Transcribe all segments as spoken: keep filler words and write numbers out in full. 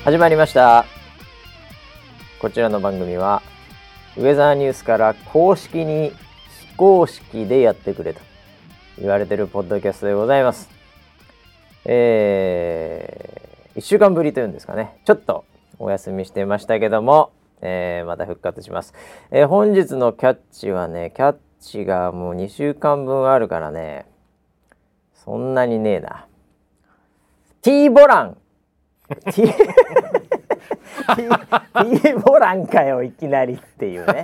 始まりました。こちらの番組はウェザーニュースから公式に非公式でやってくれと言われているポッドキャストでございます。えー、いっしゅうかんぶりというんですかね、ちょっとお休みしてましたけども、えー、また復活します。えー、本日のキャッチはね、キャッチがもうにしゅうかんぶんあるからね、そんなにねえな。T ボランT, T, T ボランかよいきなりっていうね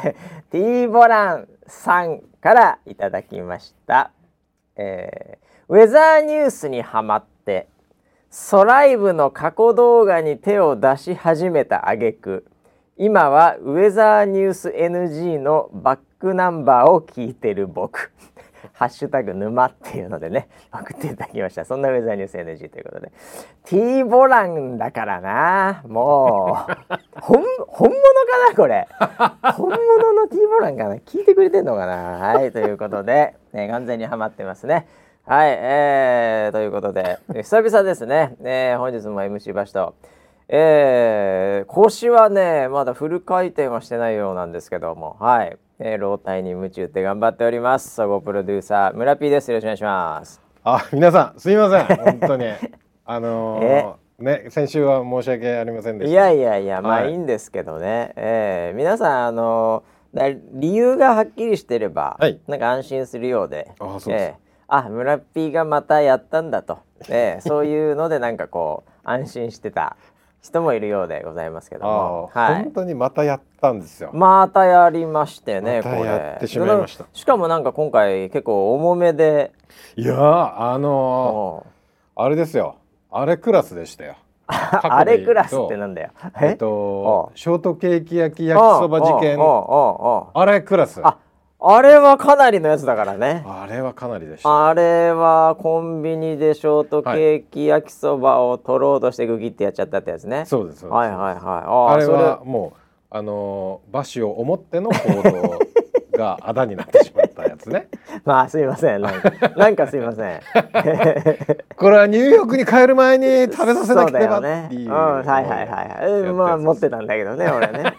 T ボランさんからいただきました。えー、ウェザーニュースにハマってソライブの過去動画に手を出し始めた挙句、今はウェザーニュース エヌジー のバックナンバーを聞いてる僕ハッシュタグ沼っていうのでね送っていただきました。そんなウェザーニュース エヌジー ということで T ボランだからな、もう本, 本物かなこれ本物の T ボランかな、聞いてくれてんのかな。はいということで、ね、完全にハマってますね。はい、えー、ということで久々ですね、えー、本日も エムシー バシと、えー、腰はねまだフル回転はしてないようなんですけども、はい、えー、老体に夢中って頑張っております。総合プロデューサー村 P です。よろしくお願いします。 あ、皆さんすみません本当にあのー、ね先週は申し訳ありませんでした。 いやいやいや、 はい、 まあいいんですけどね、えー、皆さんあのー、理由がはっきりしてれば、はい、なんか安心するようで、 あ、そうです、 えー、あ、村 P がまたやったんだと、えー、そういうのでなんかこう安心してた人もいるようでございますけども、 はい、本当にまたやったんですよ。 またやりましてね、 またやってしまいました。 しかもなんか今回結構重めで、 いやーあのー、あれですよ、あれクラスでしたよあれクラスってなんだよ。 えっとショートケーキ焼き焼きそば事件、あれクラス。 ああれはかなりのやつだからね。 あれはかなりでした、ね、 あれはコンビニでショートケーキ焼きそばを取ろうとしてグギってやっちゃったってやつね。 そうですそうです。 はいはいはい。 あ, あれはもうあのー、箸を思っての行動があだになってしまったやつねまあすいません、なんかなんかすいませんこれはニューヨークに帰る前に食べさせなければっていう、 そうだよね、うん、はいはいはいはい、まあ持ってたんだけどね俺ね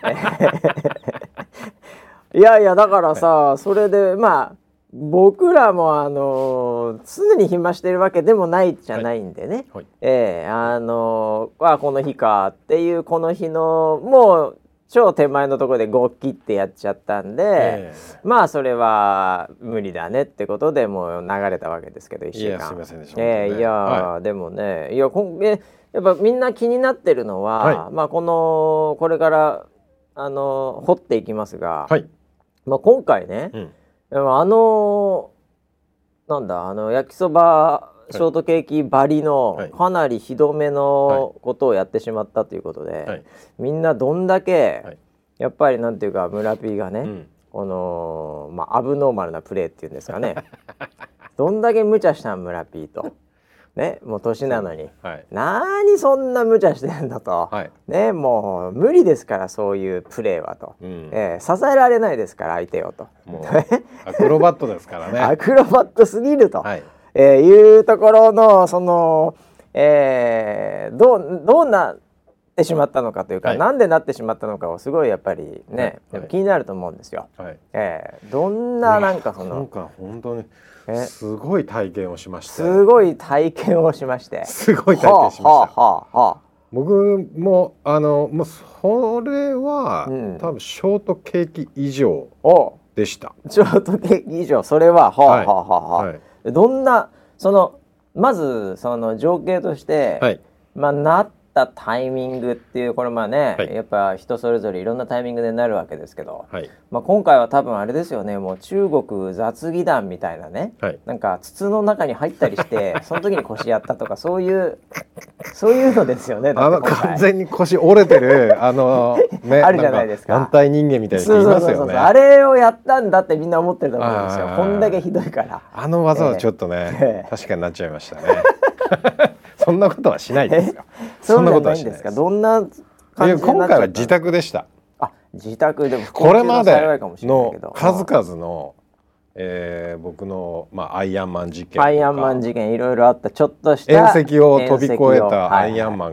いやいやだからさ、はい、それでまあ僕らもあの常に暇してるわけでもないじゃないんでね、はいはい、えー、あのあこの日かっていうこの日のもう超手前のところでゴッキってやっちゃったんで、えー、まあそれは無理だねってことでもう流れたわけですけどいっしゅうかん。いやすいませんでした、えー、いや、はい、でもねいやこえやっぱみんな気になってるのは、はい、まあこのこれからあの掘っていきますが、はい、まあ、今回ね、うん、あのなんだあの焼きそばショートケーキばりのかなりひどめのことをやってしまったということで、はい、みんなどんだけ、はい、やっぱりなんていうか村 P がね、うん、この、まあ、アブノーマルなプレーっていうんですかねどんだけ無茶したん村 P とね、もう年なのに、はい、なにそんな無茶してんだと、はい、ね、もう無理ですからそういうプレーはと、うん、えー、支えられないですから相手をと、 もうアクロバットですからねアクロバットすぎると、はい、えー、いうところのその、えー、どうどうなってしまったのかというか、はい、なんでなってしまったのかをすごいやっぱりね、はい、気になると思うんですよ、はい、えー、どんななんかそのなんか本当にすごい体験をしましてすごい体験をしましてすごい体験しました、はあはあはあ、僕もあのもうそれは、うん、多分ショートケーキ以上でした。 ショートケーキ以上、それははあ、はい、はあはあ、はい、どんなそのまずその情景として、はい、まあなったタイミングっていうこれまあね、はい、やっぱ人それぞれいろんなタイミングでなるわけですけど、はい、まあ、今回は多分あれですよね、もう中国雑技団みたいなね、はい、なんか筒の中に入ったりしてその時に腰やったとかそういうそういうのですよね。 あの完全に腰折れてるあの、ね、 あるじゃないですか、 反対人間みたいな人いますよね。 あれをやったんだってみんな思ってると思うんですよ。こんだけひどいからあの技はちょっとね、えー、確かになっちゃいましたねそんなことはしないですよ。そんなことはしないです。 どんな感じで今回は自宅でした。 あ、自宅でもこれまでの数々の、えー、僕の、まあ、アイアンマン事件とかアイアンマン事件いろいろあったちょっとした縁石を飛び越えたアイアンマンが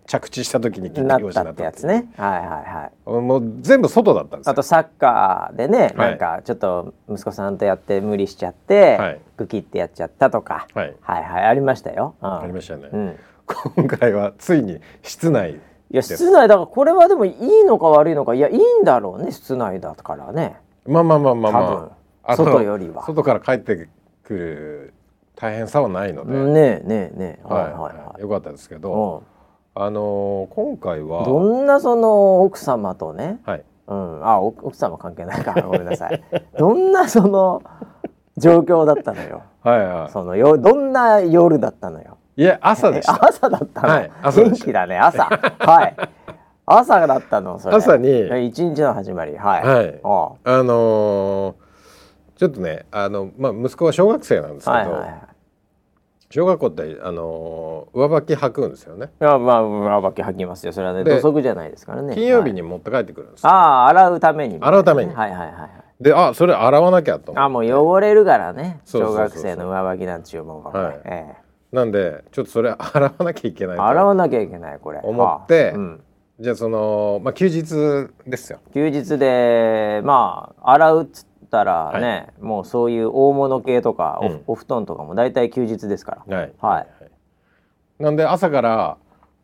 着地した時に金手拍子になったってやつね。はいはいはい。 もう全部外だったんですよ。 あとサッカーでね、なんかちょっと息子さんとやって無理しちゃって、はい、グキってやっちゃったとか、はい、はいはいありましたよ。うん、 ありましたね、うん。今回はついに室内です。 いや室内だからこれはでもいいのか悪いのか、いやいいんだろうね、室内だからね。 まあまあまあまあまあ。多分外よりは外から帰ってくる大変さはないので。 ねえねえねえ。 はいはいはい。よかったですけど。あのー、今回はどんなその奥様とね、はい、うん、あ奥様関係ないからごめんなさいどんなその状況だったのよはいはい、そのよどんな夜だったのよ。 いや朝でした。 朝だったの、はい、朝元気だね朝はい朝だったのそれ。 朝に一日の始まりはい、 はい、ああのー、ちょっとねあの、まあ、息子は小学生なんですけど、はいはいはい、小学校ってあのー、上履き履くんですよね。 いやまあ上履き履きますよ。それはね土足じゃないですからね。 金曜日に持って帰ってくるんですよ。 はい、ああ洗うために、ね、 洗うために。 はいはいはいはい。 であそれ洗わなきゃと思って。 あもう汚れるからね小学生の上履きなんていうもんが、はいええ、なんでちょっとそれ洗わなきゃいけないと洗わなきゃいけないこれ思って、うん、じゃあその、まあ、休日ですよ。 休日でまあ洗うっつったらね、はい、もうそういう大物系とか お,、うん、お布団とかもだいたい休日ですから、はいはい、 なんで朝から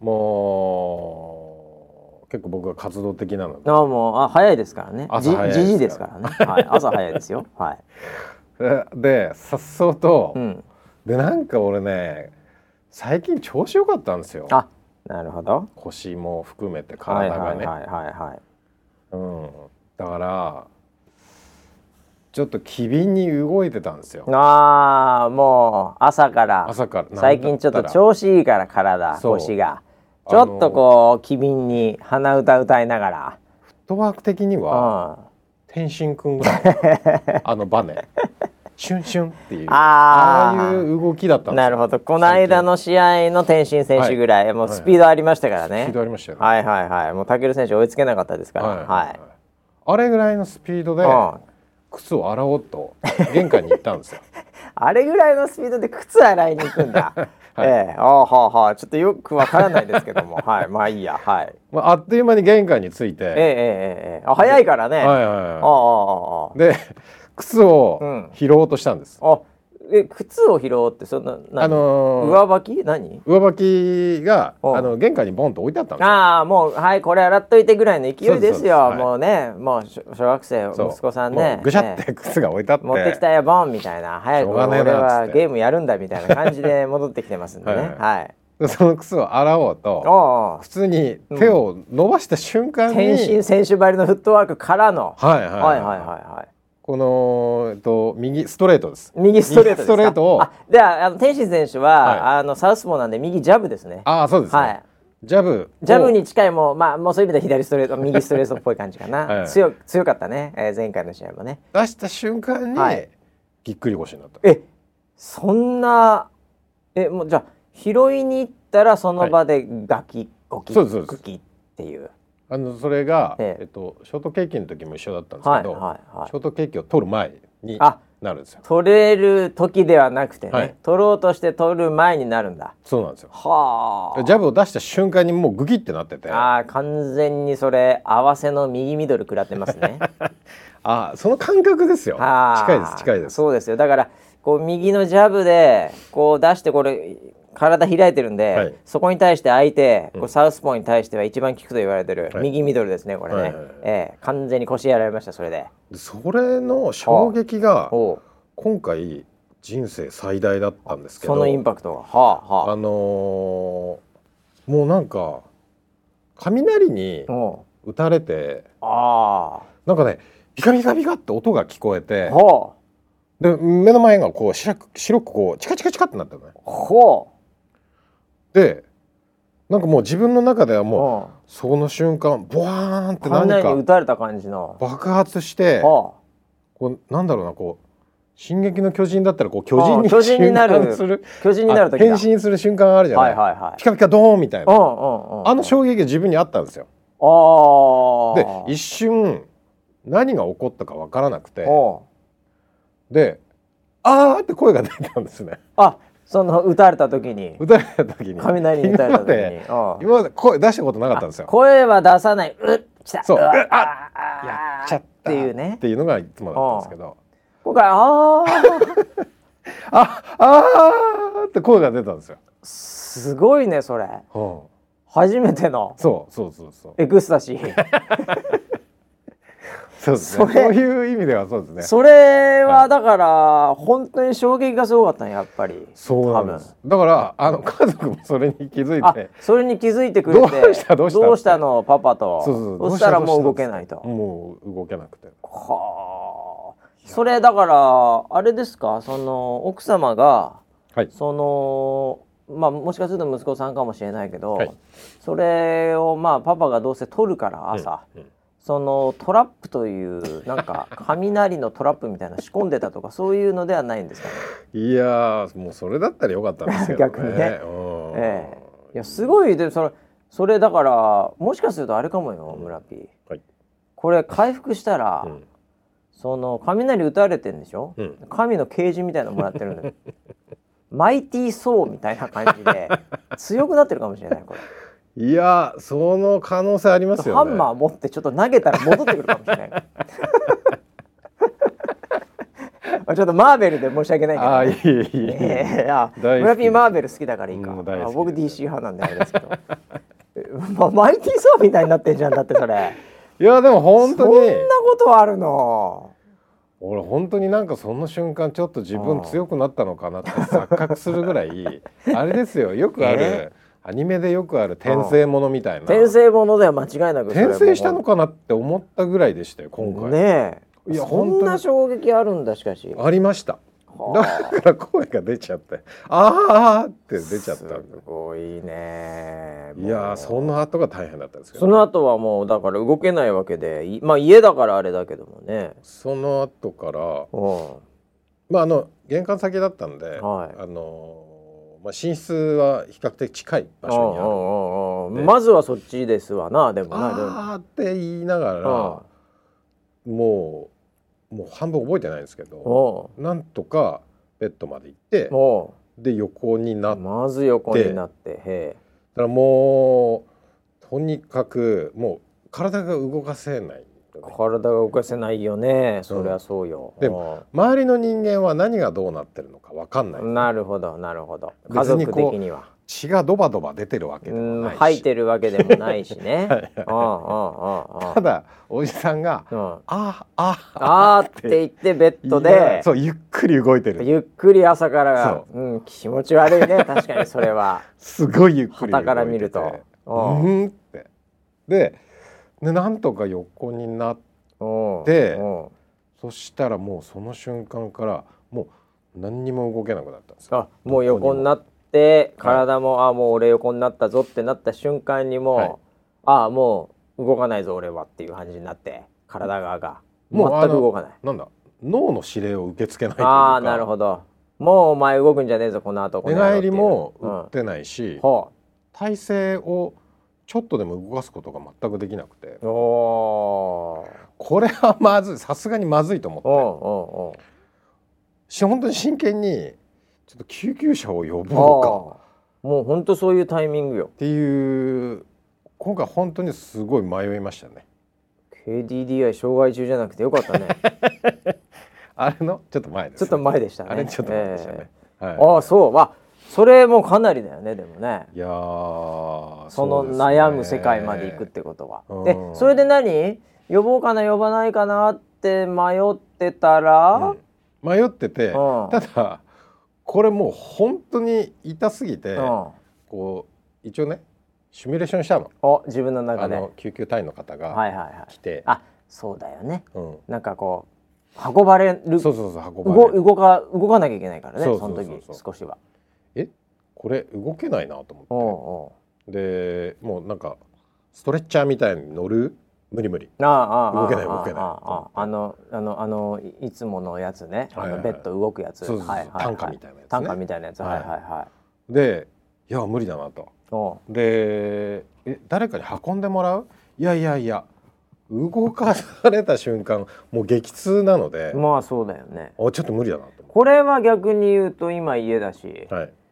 もう結構僕は活動的なのであもうあ早いですからね。朝早いですから、じじですからね、はい、朝早いですよ、はい、 でさっそうと、うん、でなんか俺ね最近調子良かったんですよ。 あなるほど。 腰も含めて体がね、 はいはいはいはい、 うん、だからちょっと機敏に動いてたんですよ。 ああもう朝から朝から最近ちょっと調子いいから体腰がちょっとこう機敏に鼻歌歌いながら。 フットワーク的には、うん、天心くんぐらいあのバネシュンシュンっていう あ, ああいう動きだったんですよ。 なるほど。この間の試合の天心選手ぐらい、はい、もうスピードありましたからね、はい、 スピードありましたよね。 はいはいはい。もう武尊選手追いつけなかったですから、はいはいはい、 あれぐらいのスピードで、うん靴を洗おうと玄関に行ったんですよあれぐらいのスピードで靴洗いに行くんだ、はい、ええああはあはあちょっとよくわからないですけどもはいまあいいやはい、 まあ、あっという間に玄関に着いてえええええあ早いからねはいはいはいああで靴を拾おうとしたんです、 うん、あえ靴を拾おうってそんな何、あのー、上履き何上履きがあの玄関にボンと置いてあったんですよ。 ああもうはいこれ洗っといてぐらいの勢いですよ。はい、もうねもう小学生息子さんねぐしゃって靴が置いてあって、 持ってきたよボンみたいな早く俺はゲームやるんだみたいな感じで戻ってきてますんでねはい、はいでその靴を洗おうと普通に手を伸ばした瞬間に、 天心選手ばりのフットワークからのはいはいはいはいはいこの、えっと、右ストレートです。 右ストレートですか。 ストレートをあではあの天心選手は、はい、あのサウスポーなんで右ジャブですね。 あそうですね、はい、ジャブジャブに近いもうまあもうそういう意味で左ストレート右ストレートっぽい感じかな、はい、強強かったね、えー、前回の試合もね出した瞬間に、はい、ぎっくり腰になった。 えそんなえもうじゃあ拾いに行ったらその場でガキゴキグキっていうあのそれが、えええっと、ショートケーキの時も一緒だったんですけど、はいはいはい、ショートケーキを取る前になるんですよ。 取れる時ではなくてね、はい、取ろうとして取る前になるんだ。 そうなんですよ。はあ。ジャブを出した瞬間にもうグキってなっててあ完全にそれ合わせの右ミドル食らってますねあその感覚ですよ。近いです近いです。 そうですよ。だからこう右のジャブでこう出してこれ体開いてるんで、はい、そこに対して相手、うん、こうサウスポーに対しては一番効くと言われてる、はい、右ミドルですねこれね、はいはいはいえー、完全に腰やられました。それでそれの衝撃が今回人生最大だったんですけどそのインパクトが、はあはあ、 あのー、もうなんか雷に打たれてあなんかねビカビカビカって音が聞こえて、はあで目の前がこう白く白くこうチカチカチカってなったのね。ほうでなんかもう自分の中ではもうその瞬間ボワーンって何か撃たれた感じの爆発してこうなんだろうなこう進撃の巨人だったらこう巨人に巨人になるする巨人になる時変身する瞬間あるじゃない、はいはいはい、ピカピカドーンみたいなあの衝撃が自分にあったんですよ。あで一瞬何が起こったか分からなくてであーって声が出たんですね。 あその撃たれた時に撃たれた時に雷に撃たれた時に今まで今まで声出したことなかったんですよ。 声は出さない、うっ来た、 そう、 うあやあっちゃったっていうねっていうのがいつもだったんですけど、 今回あーああーって声が出たんですよ。 すごいねそれ、うん、初めてのそうそうそうそうエクスタシーそうですね、そういう意味ではそうですね。 それはだから、はい、本当に衝撃がすごかったねやっぱり。 そうなんです。だからあの家族もそれに気づいて、 それに気づいてくれて、 どうしたどうしたどうしたのパパと、 そうそうそう、 そしたらもう動けないと。 もう動けなくて、 はあ、それだからあれですか、その奥様が、はい、そのまあもしかすると息子さんかもしれないけど、はい、それをまあパパがどうせ取るから朝、うんうん、そのトラップというなんか雷のトラップみたいな仕込んでたとかそういうのではないんですかね。 いやもうそれだったらよかったんですけどね逆にね、ええ、いやすごいでそれそれだからもしかするとあれかもよ、うん、村 P、はい、これ回復したら、うん、その雷打たれてんでしょ、うん、神の啓示みたいなのもらってるんだよマイティーソーみたいな感じで強くなってるかもしれないこれ。 いやその可能性ありますよね。 ハンマー持ってちょっと投げたら戻ってくるかもしれないちょっとマーベルで申し訳ないけど、ね、 あいいいい、 えー、村 P マーベル好きだからいいか、うん、僕 ディーシー 派なんであれですけどマイティーソーみたいになってんじゃんだってそれ。 いやでも本当にそんなことあるの。 俺本当になんかその瞬間ちょっと自分強くなったのかなって錯覚するぐらいあれですよ、よくある、えー、アニメでよくある転生ものみたいな、 転生ものでは間違いなく転生したのかなって思ったぐらいでしたよ今回ね。 えいやそんな衝撃あるんだ。しかしありました。だから声が出ちゃってあーって出ちゃった。すごいね。 いやその後が大変だったんですけど、 ね、その後はもうだから動けないわけで、まあ家だからあれだけどもね。 その後からまああの玄関先だったんで、はい、あのまあ、寝室は比較的近い場所にある。 まずはそっちですわな。でもなあーって言いながらもうもう半分覚えてないんですけど、なんとかベッドまで行ってで横になってまず横になってへだからもうとにかくもう体が動かせない。 体が動かせないよね。そりゃそうよ、 うん、でも周りの人間は何がどうなってるのか分かんない。 なるほどなるほど。家族的には血がドバドバ出てるわけでもないし、 吐いてるわけでもないしねただおじさんが、うん、あああって言ってベッドでそうゆっくり動いてる。 ゆっくり朝からが、うん、気持ち悪いね確かにそれはすごいゆっくり動いてて傍から見るとうんってででなんとか横になってそしたらもうその瞬間からもう何にも動けなくなったんですよ。 あもう横になって体も、はい、あもう俺横になったぞってなった瞬間にもう、はい、あもう動かないぞ俺はっていう感じになって体側が全く動かない。 なんだ脳の指令を受け付けないというか。 ああなるほど。もうお前動くんじゃねえぞこの後この寝返りも打ってないし、うん、体勢をちょっとでも動かすことが全くできなくて、おこれはまずいさすがにまずいと思っておお本当に真剣にちょっと救急車を呼ぼうかもう本当そういうタイミングよっていう今回本当にすごい迷いましたね。 ケーディーディーアイ 障害中じゃなくてよかったねあれのちょっと前です、 ね、ちょっと前でしたね。 あれちょっと前でしたね、 えーはい、ああそうわそれもかなりだよねでもね。 いやその悩む世界まで行くってことは。でそれで何呼ぼうかな呼ばないかなって迷ってたら、 うん、迷ってて、うん、ただこれもう本当に痛すぎて、うん、こう一応ねシミュレーションしたの。 お自分の中であの救急隊員の方が来て、はいはいはい、 あそうだよね、うん、なんかこう運ばれるそうそうそう運ばれる動か動かなきゃいけないからね。その時少しはえこれ動けないなと思っておうおうでもうなんかストレッチャーみたいに乗る無理無理ああ動けない動けないああのあのあのいつものやつね、はいはいはい、あのベッド動くやつそうそうそう、はいはいはい、担架みたいなやつね担架みたいなやつ、はいはいはい、 でいや無理だなとでえ誰かに運んでもらういやいやいや動かされた瞬間もう激痛なのでまあそうだよねあちょっと無理だなとこれは逆に言うと今家だし、はい、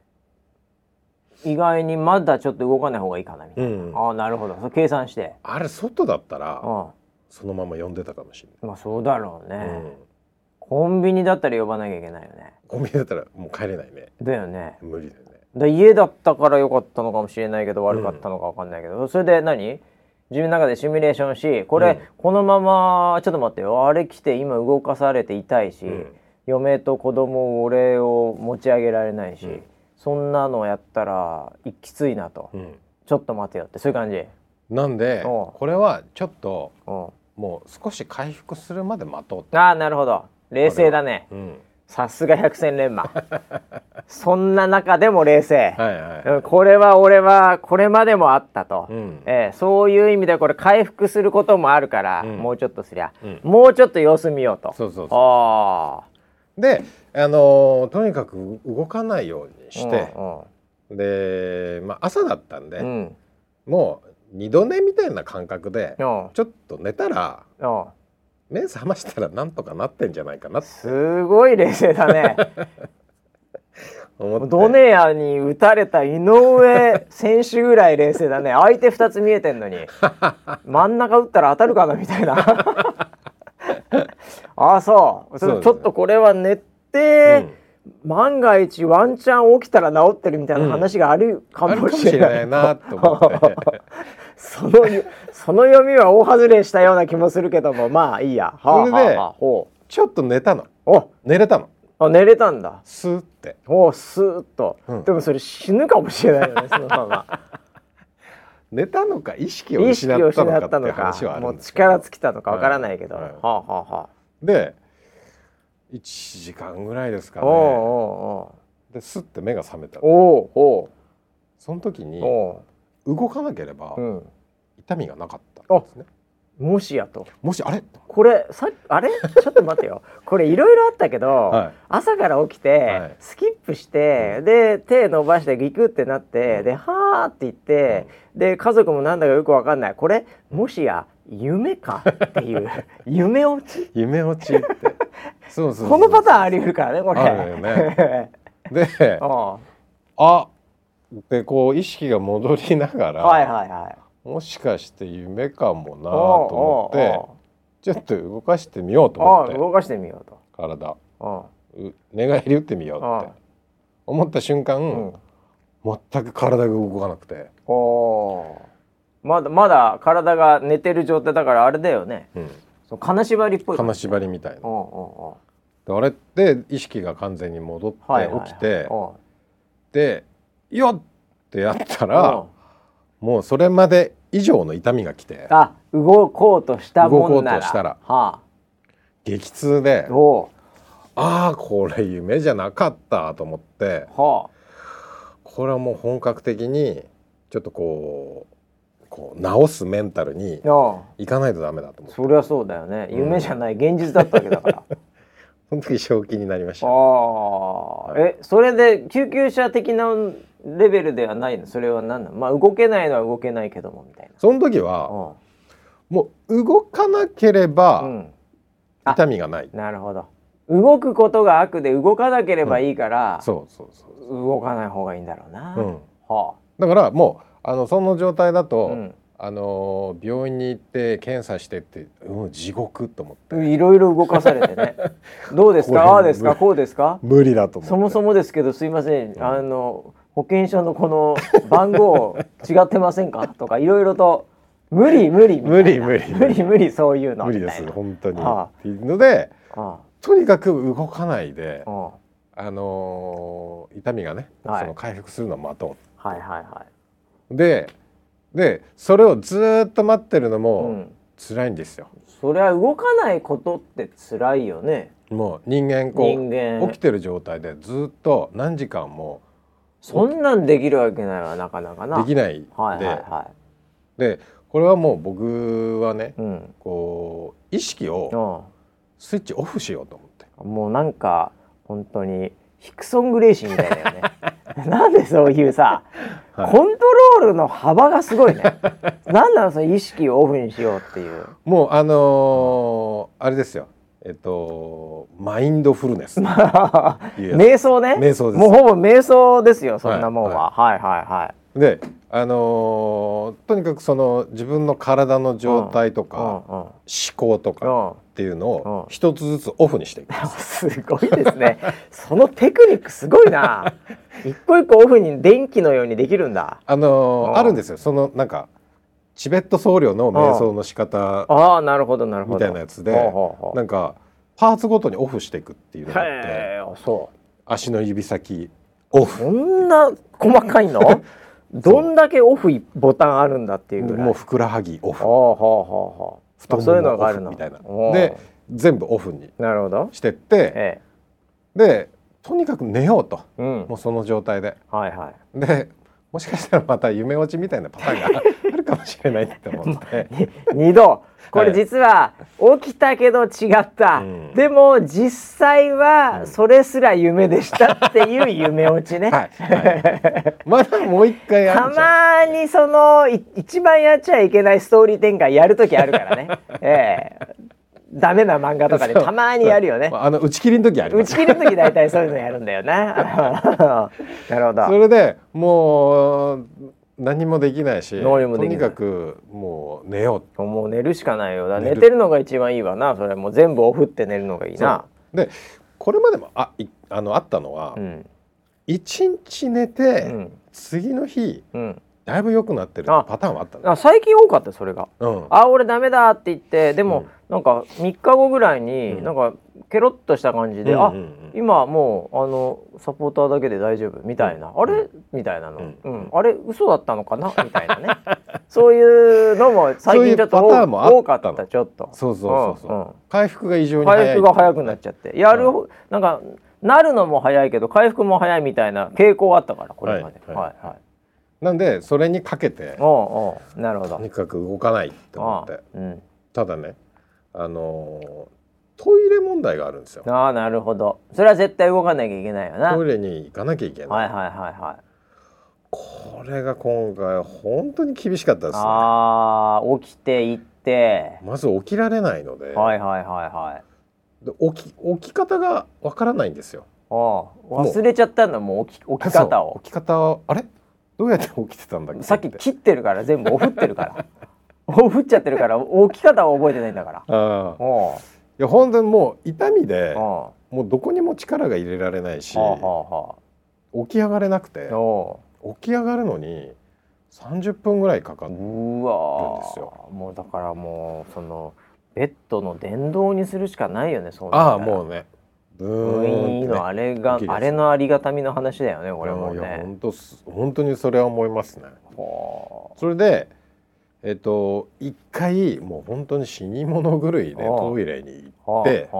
意外にまだちょっと動かない方がいいかなみたいな、うん、ああなるほど、計算して。 あれ外だったら、うん、そのまま呼んでたかもしれない。 まあそうだろうね、うん、コンビニだったら呼ばなきゃいけないよね。 コンビニだったらもう帰れないね。 だよね。 無理だよね。 だ家だったから良かったのかもしれないけど悪かったのか分かんないけど、うん、それで何自分の中でシミュレーションし、これ、うん、このままちょっと待ってよ、あれ来て今動かされて痛いし、うん、嫁と子供俺を持ち上げられないし、うん、そんなのやったらきついなと、うん、ちょっと待てよってそういう感じなんで、これはちょっともう少し回復するまで待とう。 ああなるほど、冷静だね。さすが百戦錬磨そんな中でも冷静、はいはい、これは俺はこれまでもあったと、うん、えー、そういう意味でこれ回復することもあるから、うん、もうちょっとすりゃ、うん、もうちょっと様子見ようと。 そうそうそう。あで、あのー、とにかく動かないようにして、うんうん、で、まあ、朝だったんで、うん、もう二度寝みたいな感覚で、うん、ちょっと寝たら、うん目覚ましたらなんとかなってんじゃないかなって。 すごい冷静だねドネアに打たれた井上選手ぐらい冷静だね。相手ふたつ見えてんのに真ん中打ったら当たるかなみたいなああそうそれちょっとこれは寝て、うん、万が一ワンチャン起きたら治ってるみたいな話があるかもしれない、 うん、あるかもしれないなと思ってそのその読みは大外れしたような気もするけども、まあいいや。 それで、はあはあ、ちょっと寝たの。お寝れたの。 あ寝れたんだ。 スーって。 おスーッと、うん、でもそれ死ぬかもしれないよねそのまま寝たのか意識を失ったのかっていう話はあるんですけど、 もう力尽きたのかわからないけど、はいはい、はあはあはあ、 でいちじかんぐらいですかね。おうおうおうでスッて目が覚めたの。おうおうその時に動かなければ、うん、痛みがなかったんですね。 もしやと。 もしあれこれさあれちょっと待ってよこれいろいろあったけど、はい、朝から起きて、はい、スキップして、うん、で手伸ばしてギクってなって、うん、ではーって言って、うん、で家族もなんだかよくわかんない、これもしや夢かっていう夢落ち夢落ちってそうそうそうそう、このパターンあり得るからねこれ。 あるよねであでこう意識が戻りながら、はいはいはい、もしかして夢かもなと思ってちょっと動かしてみようと思って動かしてみようと体寝返り打ってみようって思った瞬間、うん、全く体が動かなくて、 おまだまだ体が寝てる状態だからあれだよね、うん、そう金縛りっぽい、 金縛りみたいな。おうおうおうあれって意識が完全に戻って起きて、でよっってやったらもうそれまで以上の痛みが来て、 あ動こうとしたもんなら動こうとしたら、はあ、激痛で、ああこれ夢じゃなかったと思って、はあ、これはもう本格的にちょっとこうこう治すメンタルにいかないとダメだと思って。 そりゃそうだよね、夢じゃない、うん、現実だったわけだからその時正気になりました。あ、 はい、えそれで救急車的なレベルではないの？それは何なの？まあ動けないのは動けないけどもみたいな。 その時は、うん、もう動かなければ、うん、痛みがない。 なるほど。動くことが悪で動かなければいいから、うん、 そうそうそう動かない方がいいんだろうな。うん、 はあ、だからもうあのその状態だと、うん、あの病院に行って検査してって、うん、地獄と思って。 いろいろ動かされてね。どうですか？ああですか？こうですか？ 無理だと思って。 そもそもですけどすいません、うん、あの保険証のこの番号違ってませんかとかいろいろと無理無理みたいな無理無理無理無理そういうの無理です本当に、はあ、っていうので、はあ、とにかく動かないで、はあ、あのー、痛みがね、はい、その回復するのを待とう、はいはいはい、ででそれをずっと待ってるのも辛いんですよ、うん、 それは動かないことって辛いよね。 もう人間こう人間起きてる状態でずっと何時間もそんなんできるわけないわなかなかな。 できないで、はいはいはい、でこれはもう僕はね、うん、こう意識をスイッチオフしようと思って、 もうなんか本当にヒクソン・グレイシーみたいだよねなんでそういうさ、はい、コントロールの幅がすごいねなんなのその意識をオフにしようっていう。 もうあのー、あれですよ、 えっとマインドフルネス瞑想ね。 瞑想です。 もうほぼ瞑想ですよ、そんなもんは。はい、はい、はいはい。 で、あのー、とにかくその自分の体の状態とか、うんうんうん、思考とかっていうのを一つずつオフにしていく。 すごいですね。そのテクニックすごいな。一個一個オフに電気のようにできるんだ。 あのー、あるんですよ。そのなんかチベット僧侶の瞑想の仕方ああ、なるほどなるほどみたいなやつで、なんかパーツごとにオフしていくっていうのがあって、 そう足の指先オフ。 そんな細かいの？どんだけオフボタンあるんだっていうぐらい。 もうふくらはぎオフ、 太ももオフみたいなで全部オフにしてって、ええ、でとにかく寝ようと、うん、もうその状態で、はいはい、でもしかしたらまた夢落ちみたいなパターンがあるかもしれないって思ってにどこれ実は起きたけど違った、はい、でも実際はそれすら夢でしたっていう夢落ちね、はいはい、 まだもう一回やる。たまにその一番やっちゃいけないストーリー展開やるときあるからね、えーダメな漫画とかでたまにやるよね。 あの打ち切りの時あります。 打ち切りの時大体そういうのやるんだよな。なるほど。 それでもう何もできないし、とにかくもう寝よう。 もう寝るしかないよ。だ寝てるのが一番いいわな。それもう全部オフって寝るのがいいな。 でこれまでもあいあのあったのは、うん、いちにち寝て、うん、次の日。うんだいぶ良くなってるパターンはあったんだ。 あ最近多かったそれが、うん、あ俺ダメだって言ってでも、うん、なんかみっかごぐらいに、うん、なんかケロッとした感じで、うんうんうん、あ今もうあのサポーターだけで大丈夫みたいな、うん、あれみたいなの、うんうん、あれ嘘だったのかなみたいなねそういうのも最近ちょっと多かったちょっとそうそうそうそう、うんうん、回復が異常に早い回復が早くなっちゃってやる、うん、なんかなるのも早いけど回復も早いみたいな傾向あったからこれまで、はいはいはいはいなんでそれにかけておうおうなるほどとにかく動かないって思って、うん、ただねあのー、トイレ問題があるんですよ。 ああなるほどそれは絶対動かなきゃいけないよな。 トイレに行かなきゃいけない。 はいはいはいはい。 これが今回本当に厳しかったですね。 ああ起きて行ってまず起きられないので、 はいはいはいはい。 で起き起き方がわからないんですよ。 ああ忘れちゃったんだもう起き起き方を。 起き方をあれどうやって起きてたんだっけ。 さっき切ってるから全部オフってるからオフっちゃってるから起き方は覚えてないんだから。ああいや本当にもう痛みでもうどこにも力が入れられないし起き上がれなくて起き上がるのにさんじゅっぷんぐらいかかるんですよ。 もうだからもうそのベッドの電動にするしかないよね。そうああもうねブーンのあれがあれのありがたみの話だよねこれもね。いや本当本当にそれは思いますね。それでえっと一回もう本当に死に物狂いでトイレに行って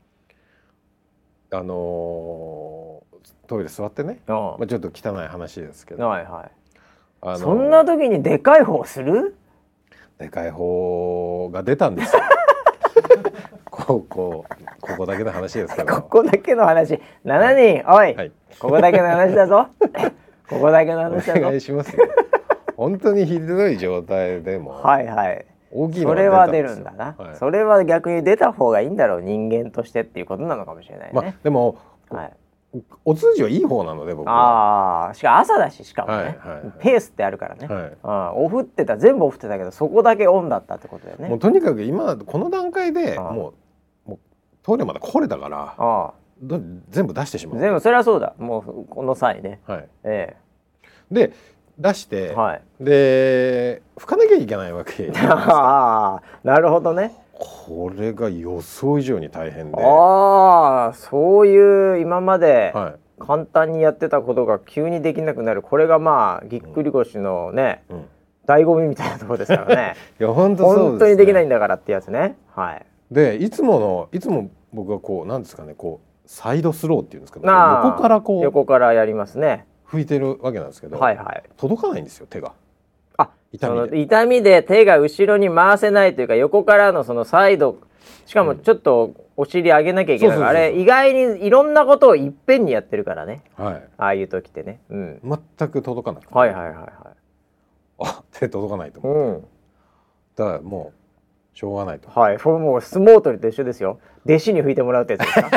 あのトイレ座ってね、まあちょっと汚い話ですけど、 はいはい、あのそんな時にでかい方する？ でかい方が出たんですよ。ここここだけの話ですけどここだけの話しちにん、はい、おい、はい、ここだけの話だぞここだけの話だぞお願いしますよ本当にひどい状態でもはいはい大きいのが出たんですよ。それは出るんだな、はい、それは逆に出た方がいいんだろう人間としてっていうことなのかもしれないね、まあ、 でも、はい、お通じはいい方なので僕はあしかも朝だししかもね、はいはいはい、ペースってあるからね、はい、あオフってた全部オフってたけどそこだけオンだったってことだよね。 もうとにかく今この段階でもうトイレまで来れたからあ全部出してしまう。 全部それはそうだもうこの際ね、はいええ、で出して、はい、で拭かなきゃいけないわけじゃないですか。 ああなるほどね。 これが予想以上に大変でああそういう今まで簡単にやってたことが急にできなくなるこれがまあぎっくり腰のね、うんうん、醍醐味みたいなところですからね。 いや本当そうですね。 本当にできないんだからってやつね。はいでいつものいつも僕はこうなんですかねこうサイドスローっていうんですかね横からこう横からやりますね拭いてるわけなんですけど、はいはい、届かないんですよ手が。 あ痛みでその痛みで手が後ろに回せないというか横からのそのサイドしかもちょっとお尻上げなきゃいけないから、うん、あれ意外にいろんなことをいっぺんにやってるからね、はい、ああいう時ってね、うん、 全く届かない。 はいはいはいはいあ手届かないと思って、うん、だからもうしょうがないと。 はい、もう相撲取りと一緒ですよ。弟子に拭いてもらうってやつですか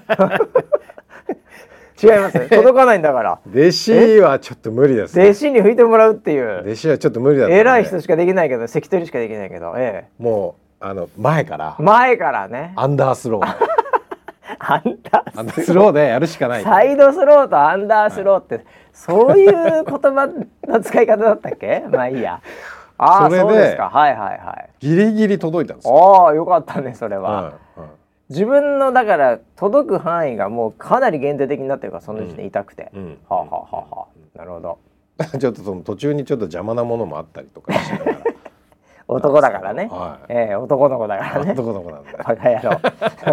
違います、届かないんだから。 弟子はちょっと無理ですね。 弟子に拭いてもらうっていう。 弟子はちょっと無理だったね。 偉い人しかできないけど、関取しかできないけど、ええ、もうあの前から前からね、 アンダースローアンダースローでやるしかない。 サイドスローとアンダースローって、はい、そういう言葉の使い方だったっけまあいいや。ああ、そうですか。はいはいはい。 ギリギリ届いたんですよ。 ああ、よかったねそれは。はいはい、自分のだから届く範囲がもうかなり限定的になってるから、その時点痛くて、うんうん、はあ、はあはあはあ、なるほど。 ちょっとその途中にちょっと邪魔なものもあったりとかしながら男だからね、 はい、 えー、男の子だからね。 男の子なんで。 バカ野郎。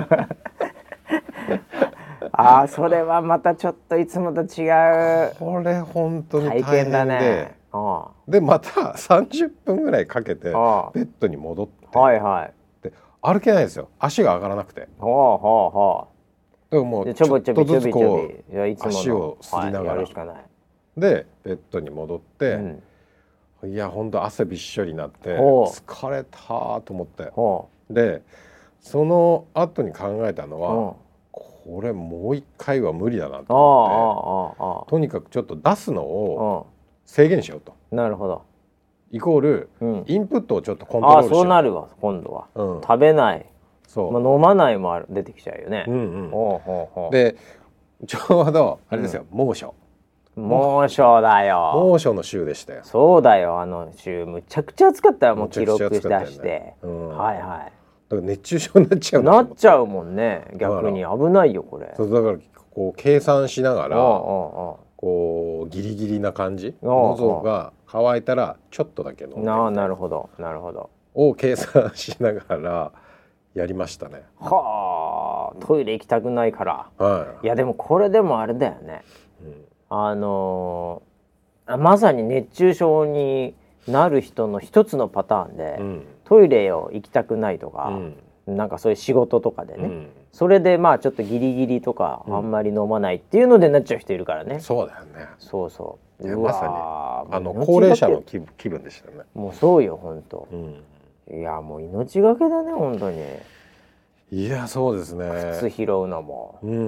ああ、それはまたちょっといつもと違う。 これ本当に大変で、体験だね。 ああ、でまたさんじゅっぷんぐらいかけてベッドに戻って、 はいはい、 で歩けないんですよ。足が上がらなくて。はあはあはあ。 でももうちょっとずつこう足をすりながら、はい、でベッドに戻って、うん、いや本当汗びっしょりになって疲れたと思って、でその後に考えたのは、これもう一回は無理だなと思って、とにかくちょっと出すのを制限しようと。 なるほど。 イコール、うん、インプットをちょっとコントロールしよう。 あ、そうなるわ今度は、うん、食べない、そう、まあ、飲まないもある出てきちゃうよね。うんうん、ほうほうほう。 でちょうどあれですよ、うん、猛暑猛暑だよ。 猛暑の週でしたよ。 そうだよ、あの週むちゃくちゃ暑かったよ。もう記録出して、ね、うん、はいはい。 だから熱中症になっちゃうなっちゃうもんね。逆に危ないよこれ。 そうだからこう計算しながら、こうギリギリな感じ、喉が乾いたらちょっとだけ飲んでみたいな。 なるほどなるほど。 を計算しながらやりましたね。 はあ、トイレ行きたくないから。 はい。 いやでもこれでもあれだよね。うん、あのー、まさに熱中症になる人の一つのパターンで、うん、トイレを行きたくないとか、うん、なんかそういう仕事とかでね、うん、それでまあちょっとギリギリとかあんまり飲まないっていうのでなっちゃう人いるからね。 そうだよね。 そうそう。 うまさにあの高齢者の気分、気分でしたね。 もうそうよ本当。うん、いやもう命がけだね本当に。 いやそうですね。 靴拾うのも、 うん、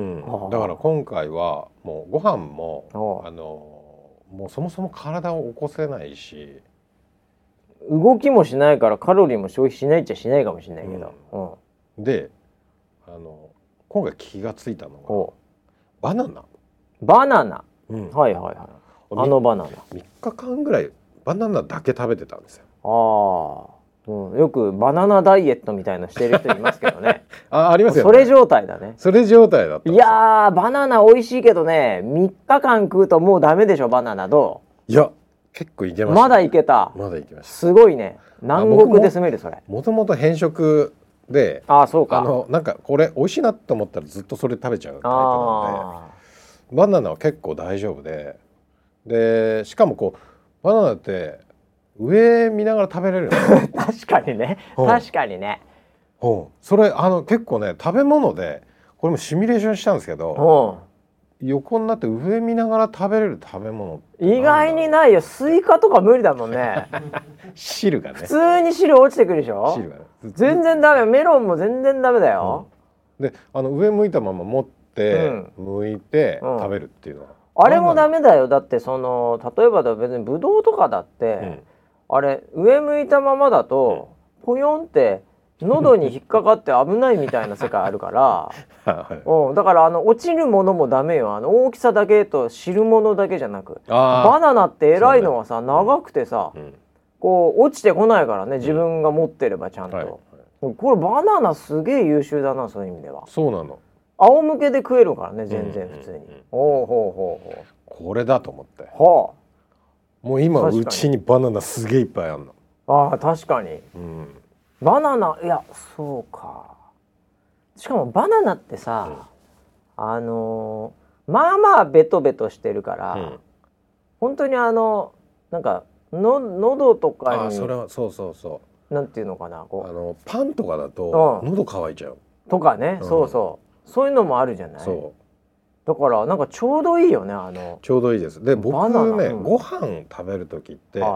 だから今回はもうご飯もあのもうそもそも体を起こせないし、 動きもしないからカロリーも消費しないっちゃしないかもしれないけど、 うん、であの今回気がついたのがバナナ。 バナナ、うん、はいはいはい。あのバナナみっかかんぐらいバナナだけ食べてたんですよ。 ああ。うん、よくバナナダイエットみたいのしてる人いますけどね。 あ、ありますよね。 それ状態だね。 それ状態だった。 いやーバナナ美味しいけどね、みっかかん食うともうダメでしょバナナ。どう？いや結構いけました、ね。 まだいけた。 まだいけました。 すごいね。南国で住めるそれ。 もともと偏食で、 あ、そうか。 あのなんかこれ美味しいなと思ったらずっとそれ食べちゃうタイプなので、バナナは結構大丈夫で、でしかもこうバナナって上見ながら食べれる確かにね、うん、確かにね、 うん、それあの結構ね食べ物でこれもシミュレーションしたんですけど、うん、横になって上見ながら食べれる食べ物意外にないよ。スイカとか無理だもんね汁がね、 普通に汁落ちてくるでしょ。汁が、ね、全然ダメ。メロンも全然ダメだよ、 うん、であの上向いたまま持って、うん、剥いて食べるっていうのは、 うん、あれもダメだよ。だってその例えばだ別にブドウとかだって、うん、あれ上向いたままだとポヨンって喉に引っかかって危ないみたいな世界あるから、はい、うん、だからあの落ちるものもダメよ。あの大きさだけと汁物だけじゃなく、バナナって偉いのはさ、ね、長くてさ、うん、こう落ちてこないからね、自分が持ってればちゃんと、はいはい、これバナナすげえ優秀だな。そういう意味では。 そうなの。 仰向けで食えるからね全然普通に、うんうんうん、おうほうほうほう、 これだと思って、 はあ、 もう今うちにバナナすげえいっぱいあるの。 ああ確かに、うん、バナナ、いやそうか。しかもバナナってさ、うん、あのー、まあまあベトベトしてるから、うん、本当にあのなんかの喉とかに、 あ、それはそうそうそう、 なんていうのかな、こうあのパンとかだと喉乾いちゃう、 うん、とかね、うん、そうそうそういうのもあるじゃない。そうだからなんかちょうどいいよね。あのちょうどいいです。で僕ね、うん、ご飯食べる時って、はい、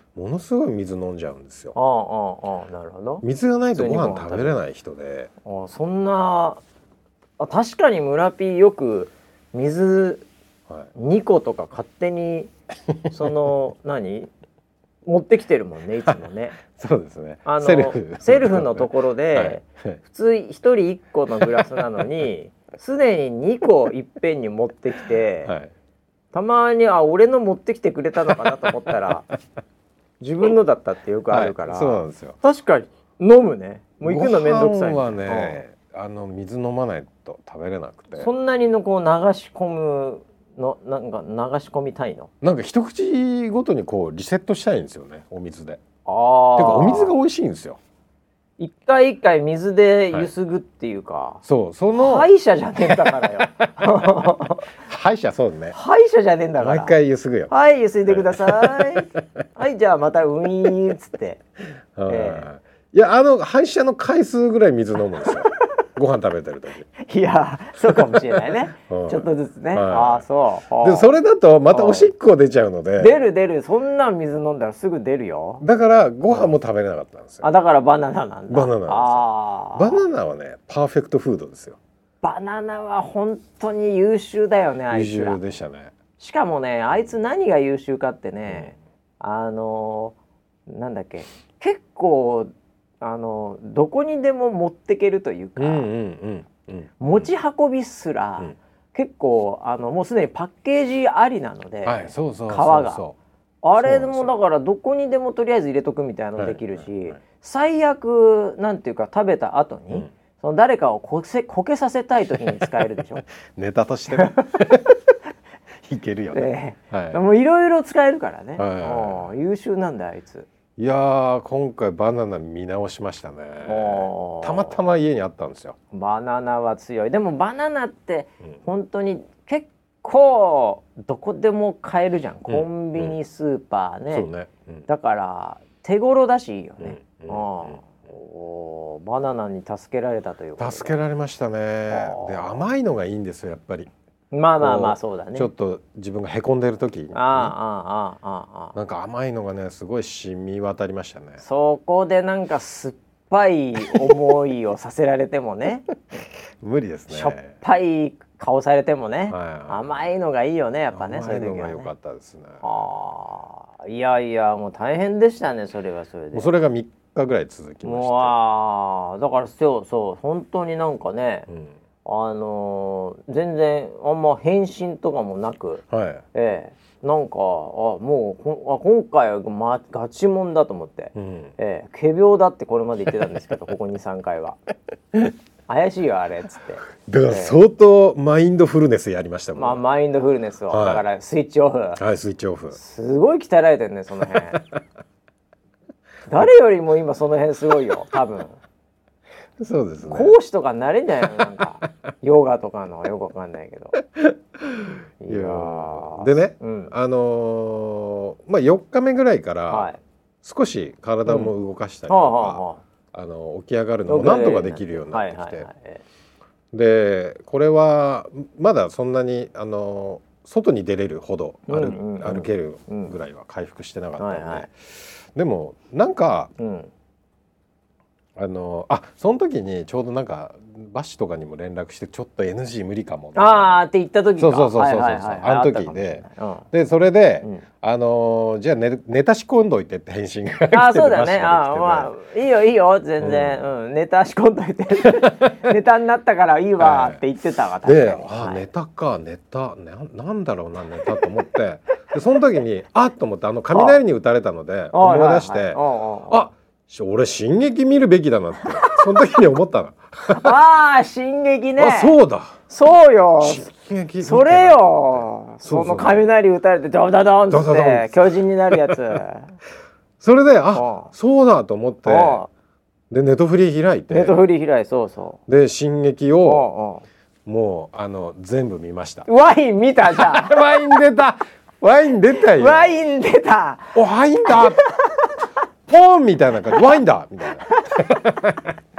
ものすごい水飲んじゃうんですよ。 ああああなるほど。 水がないとご飯食べれない人で。 あそんなあ確かに村ピーよく水にことか勝手にその何持ってきてるもんねいつもね。 そうですね。 あのセルフセルフのところで、はい、普通ひとりいっこのグラスなのにすでににこいっぺんに持ってきて、はい、たまにあ俺の持ってきてくれたのかなと思ったら自分のだったってよくあるから、はい、 そうなんですよ。 確かに飲むね。もう行くのめんどくさい。 ご飯はね、うん、あの水飲まないと食べれなくて。 そんなにのこう流し込むのなんか流し込みたいの。 なんか一口ごとにこうリセットしたいんですよねお水で。ああ。てかお水が美味しいんですよ。 一回一回水でゆすぐっていうか、はい、 そうその歯医者じゃねえんだからよ。 歯医者そうね。 歯医者じゃねえんだから。 毎回ゆすぐよ。 はいゆすいでください。はいじゃあまたウィーンっつって。 えー、いやあの歯医者の回数ぐらい水飲むんですよ。ご飯食べてる時。 いやそうかもしれないね。ちょっとずつね。はい、ああそうでそれだとまたおしっこ出ちゃうので。 出る出るそんな水飲んだらすぐ出るよ。 だからご飯も食べれなかったんですよ。 あだからバナナなんだ。 バナナなんですよ。あバナナはねパーフェクトフードですよ。 バナナは本当に優秀だよねあいつら。 優秀でしたね。 しかもねあいつ何が優秀かってね、うん、あのなんだっけ結構あのどこにでも持ってけるというか、うんうんうんうん、持ち運びすら、うん、結構あのもうすでにパッケージありなので、はい、そうそうそうそう皮があれでもだからどこにでもとりあえず入れとくみたいなのできるし、はいはいはい、最悪なんていうか食べた後に、うん、その誰かをこせこけさせたい時に使えるでしょ。 ネタとしてね。いけるよね。 えーはい、もういろいろ使えるからね、はいはいはい、優秀なんだあいつ。 いやー今回バナナ見直しましたね。たまたま家にあったんですよ。 バナナは強い。でもバナナって本当に結構どこでも買えるじゃん、うん、コンビニスーパーね、うんそうねうん、だから手頃だしいいよね、うんうんうん、おバナナに助けられたというか。 助けられましたね。で甘いのがいいんですよやっぱり。 まあまあまあそうだね。 ちょっと自分がへこんでる時に、ね、 ああああああなんか甘いのがねすごい染み渡りましたね。 そこでなんか酸っぱい思いをさせられてもね無理ですね。 しょっぱい顔されてもね、はい、甘いのがいいよねやっぱね。 甘いのが良かったですね。 ああいやいやもう大変でしたねそれはそれで。 もうそれがみっかぐらい続きまして。 あだからそうそう本当になんかね、うんあのー、全然あんま返信とかもなく、はいえー、なんかあもうこあ今回は、ま、ガチもんだと思って、うんえー、仮病だってこれまで言ってたんですけどここ にさんかいは怪しいよあれっつって。 だから相当マインドフルネスやりましたもん、 まあ、マインドフルネスを、はい、だからスイッチオフはいスイッチオフすごい鍛えられてるねその辺誰よりも今その辺すごいよ多分そうですね。 講師とかになれんじゃないのなんかヨガとかのよくわかんないけど。 いやでね、うん、あのー、まあよっかめぐらいから少し体も動かしたりとか、うんはあはあ、あの起き上がるのもなんとかできるようになってきて、でこれはまだそんなにあの外に出れるほど 歩,、うんうんうん、歩けるぐらいは回復してなかったので、うんはいはい、でもなんか。うんあのあその時にちょうどなんかバッシュとかにも連絡してちょっと エヌジー 無理かもあーって言った時かそうそうそうそうそう、はいはいはい、あの時で、うん、でそれで、うん、あのじゃあ ネ, ネタ仕込んどいてって返信が来ててあそうだねあ、まあ、いいよいいよ全然、うんうん、ネタ仕込んどいてネタになったからいいわって言ってたわ、はい、 であ、はい、ネタかネタ な, なんだろうなネタと思ってでその時にあっと思ってあの雷に打たれたので思い出して、はいはいはい、あ俺進撃見るべきだなってその時に思ったのああ進撃ねあそうだそうよ進撃それよその雷打たれてドンドンドンって巨人になるやつそれであそうだと思ってでネトフリ開いてネトフリ開いそうそうで進撃をもうあの全部見ました。 ワイン見たじゃんワイン出たワイン出たよワイン出たおワインだポンみたいな感じワインだみたいな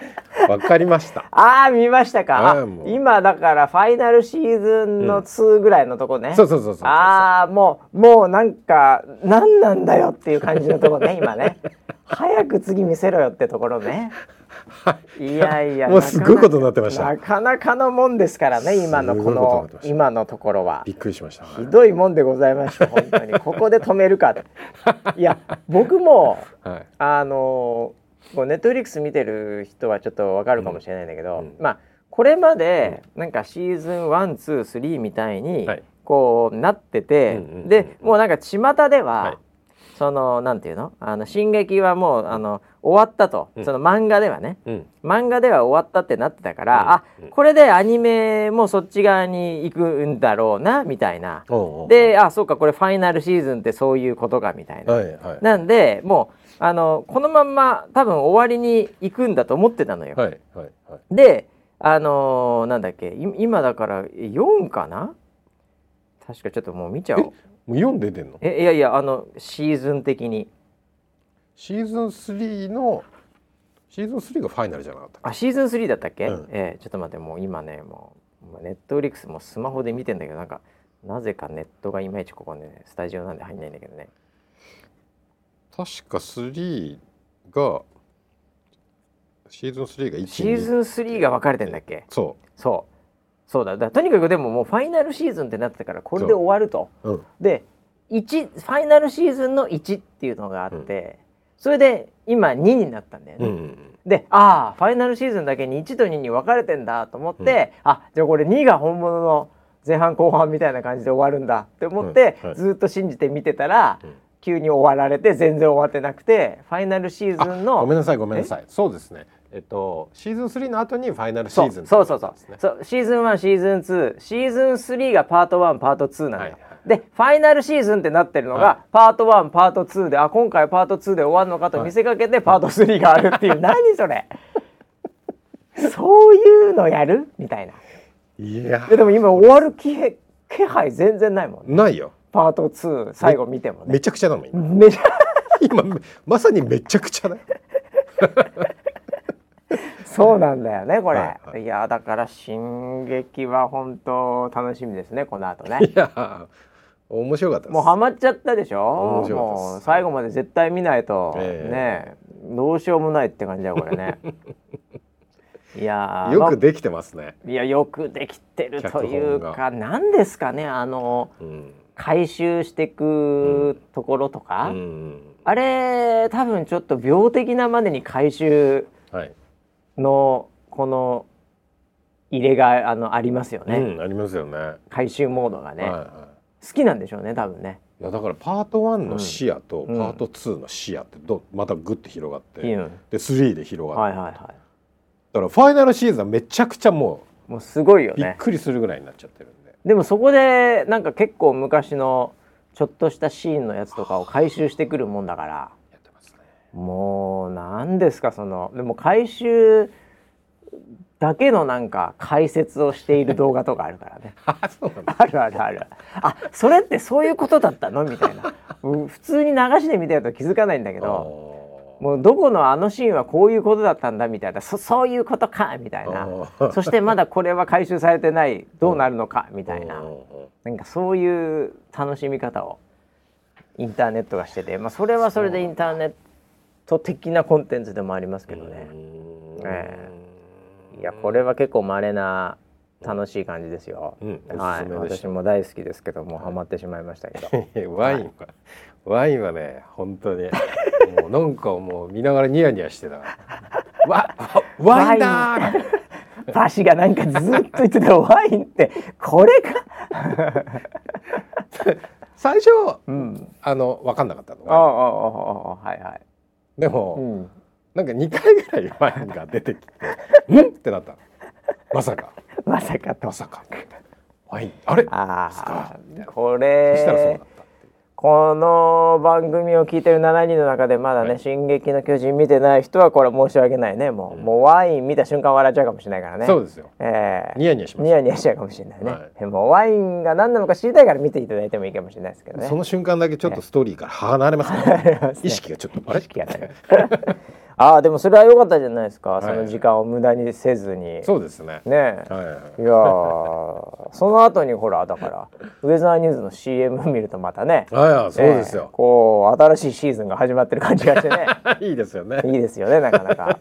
わかりました。 ああ見ましたか。今だからファイナルシーズンのにぐらいのとこね、うん、 そうそうそうそう。 ああもうもうなんか何なんだよっていう感じのとこね今ね早く次見せろよってところね。いやいやもうすごいことになってました。 なかなかのもんですからね今のこの今のところは。 びっくりしました。 ひどいもんでございました本当に。ここで止めるかいや僕も、はい、あのこうネットフリックス見てる人はちょっとわかるかもしれないんだけど、うん、まあこれまでなんかシーズンワン、ツー、スリーみたいにこうなってて、はい、でもうなんか巷では、はい、そのなんていうのあの進撃はもうあの終わったと、うん、その漫画ではね、うん、漫画では終わったってなってたから、うん、あ、うん、これでアニメもそっち側に行くんだろうなみたいな、うん、であそうかこれファイナルシーズンってそういうことかみたいな、はいはい、なんでもうあのこのまんま多分終わりに行くんだと思ってたのよ、はいはいはい、であのー、なんだっけ今だからよんかな確かちょっともう見ちゃおう。 もうよん出てんの？ えいやいやあのシーズン的にシーズンスリーのシーズンスリーがファイナルじゃなかったっけ？ あシーズンスリーだったっけ、うん、えー、ちょっと待ってもう今ねもうネットフリックスもスマホで見てんだけどなんかなぜかネットがいまいちここねスタジオなんで入んないんだけどね。 確かスリーがシーズンスリーがいち、 シーズンスリーが分かれてんだっけ？ そうそうそうだ。だからとにかくでももうファイナルシーズンってなってたからこれで終わると、うん、でいちファイナルシーズンのいちっていうのがあって、うん、それで今にになったんだよね、うん、でああファイナルシーズンだけにいちとにに分かれてんだと思って、うん、あじゃあこれにが本物の前半後半みたいな感じで終わるんだって思って、うんはい、ずっと信じて見てたら、うん、急に終わられて全然終わってなくてファイナルシーズンのごめんなさいごめんなさいそうですねえっとシーズンスリーの後にファイナルシーズンそうそうそうそうそうシーズンワンシーズンツーシーズンスリーがパートワンパートツーなんだよ、はいはい、でファイナルシーズンってなってるのが、はい、パートワンパートツーであ今回パートツーで終わるのかと見せかけて、はい、パートスリーがあるっていう何それそういうのやるみたいな。 いやで, でも今終わる気気配全然ないもんね。 ないよパートツー最後見てもねめ, めちゃくちゃだもん今めちゃ今まさにめちゃくちゃだよそうなんだよねこれ、はいはい、いやだから進撃は本当楽しみですねこの後ね。 いや面白かったです。 もうハマっちゃったでしょ。もう最後まで絶対見ないと、えー、ねどうしようもないって感じだよこれねいやよくできてますね。 いやよくできてるというか何ですかねあの、うん、回収していくところとか、うん、あれ多分ちょっと病的なまでに回収のこの入れが あのありますよね、 うん、ありますよね回収モードがね、はいはい、好きなんでしょうね多分ね。 いやだからパートワンの視野とパートツーの視野ってどまたグッて広がって、うん、でスリーで広がって、はいはいはい、だからファイナルシーズンはめちゃくちゃもうもうすごいよね。 びっくりするぐらいになっちゃってるんで。 でもそこでなんか結構昔のちょっとしたシーンのやつとかを回収してくるもんだから、やってますね、もう何ですかそのでも回収だけのなんか解説をしている動画とかあるからねあ, そうなんあるあるあるあそれってそういうことだったのみたいな普通に流しで見てると気づかないんだけどもうどこのあのシーンはこういうことだったんだみたいな そ, そういうことかみたいなそしてまだこれは回収されてないどうなるのかみたいななんかそういう楽しみ方をインターネットがしてて、まあ、それはそれでインターネット的なコンテンツでもありますけどね、えー、いやこれは結構稀な楽しい感じですよ、うんはい、私も大好きですけども、はい、ハマってしまいましたけどワインは、はい、ワインはね本当にもうなんかもう見ながらニヤニヤしてたわワインだーバシがなんかずっと言ってたワインってこれか最初、うん、あの分かんなかったのああああはいはいでも、うん、なんかにかいぐらいワインが出てきてんってなったまさかまさかとまさかワインあれあこれそしたらそうだったこの番組を聞いてるしちにんの中でまだね、はい、進撃の巨人見てない人はこれ申し訳ないねもう、うん、もうワイン見た瞬間笑っちゃうかもしれないからね。 そうですよ、 えー、 ニヤニヤしますニヤニヤしちゃうかもしれないね、はい、もうワインが何なのか知りたいから見ていただいてもいいかもしれないですけどね。 その瞬間だけちょっとストーリーから離れますね、えー、意識がちょっとあれ意識がねああでもそれは良かったじゃないですか、はい、その時間を無駄にせずに。 そうですね。 ね、はいはい、いやその後にほらだからウェザーニューズの シーエム 見るとまたね、 ああそうですよ、 えー、こう新しいシーズンが始まってる感じがしてねいいですよね。 いいですよねなかなか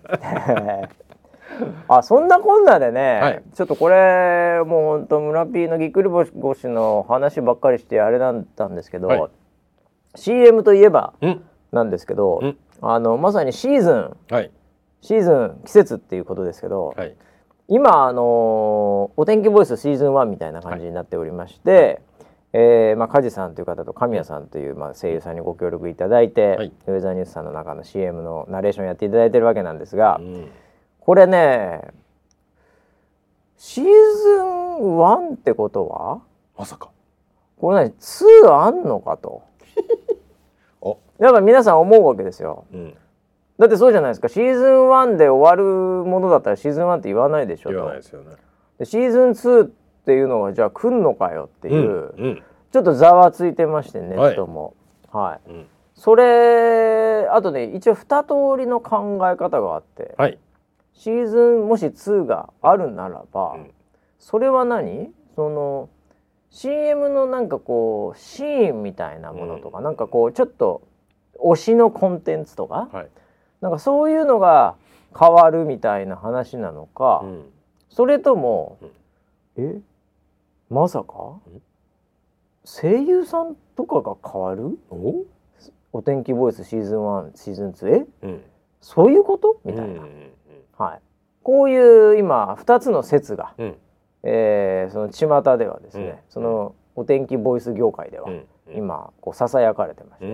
あそんなこんなでね、はい、ちょっとこれもうほんと村 P のぎっくり腰の話ばっかりしてあれだったんですけど、はい、シーエム といえばなんですけど、んあのまさにシーズン、はい、シーズン季節っていうことですけど、はい、今あのー、お天気ボイスシーズンワンみたいな感じになっておりまして、はい、えーまあ、梶さんという方と神谷さんという、まあ、声優さんにご協力いただいて、はい、ウェザーニュースさんの中の シーエム のナレーションやっていただいてるわけなんですが、うん、これねシーズンワンってことはまさかこれねツーあんのかとやっぱ皆さん思うわけですよ、うん、だってそうじゃないですか。シーズンワンで終わるものだったらシーズンワンって言わないでしょと。 言わないですよね。 でシーズンツーっていうのはじゃあ来んのかよっていう、うんうん、ちょっとざわついてましてネットも、はい、はい、うん、それあとね一応に通りの考え方があって、はい、シーズンもしツーがあるならば、うん、それは何その シーエム のなんかこうシーンみたいなものとか、うん、なんかこうちょっと推しのコンテンツとか、はい、なんかそういうのが変わるみたいな話なのか、うん、それとも、うん、えまさか、うん、声優さんとかが変わる お, お天気ボイスシーズンワンシーズンツーえ、うん、そういうことみたいな、うんうんうん、はい、こういう今ふたつの説が、うん、えー、その巷ではですね、うん、そのお天気ボイス業界では、うん、今こうささやかれてまして、うん、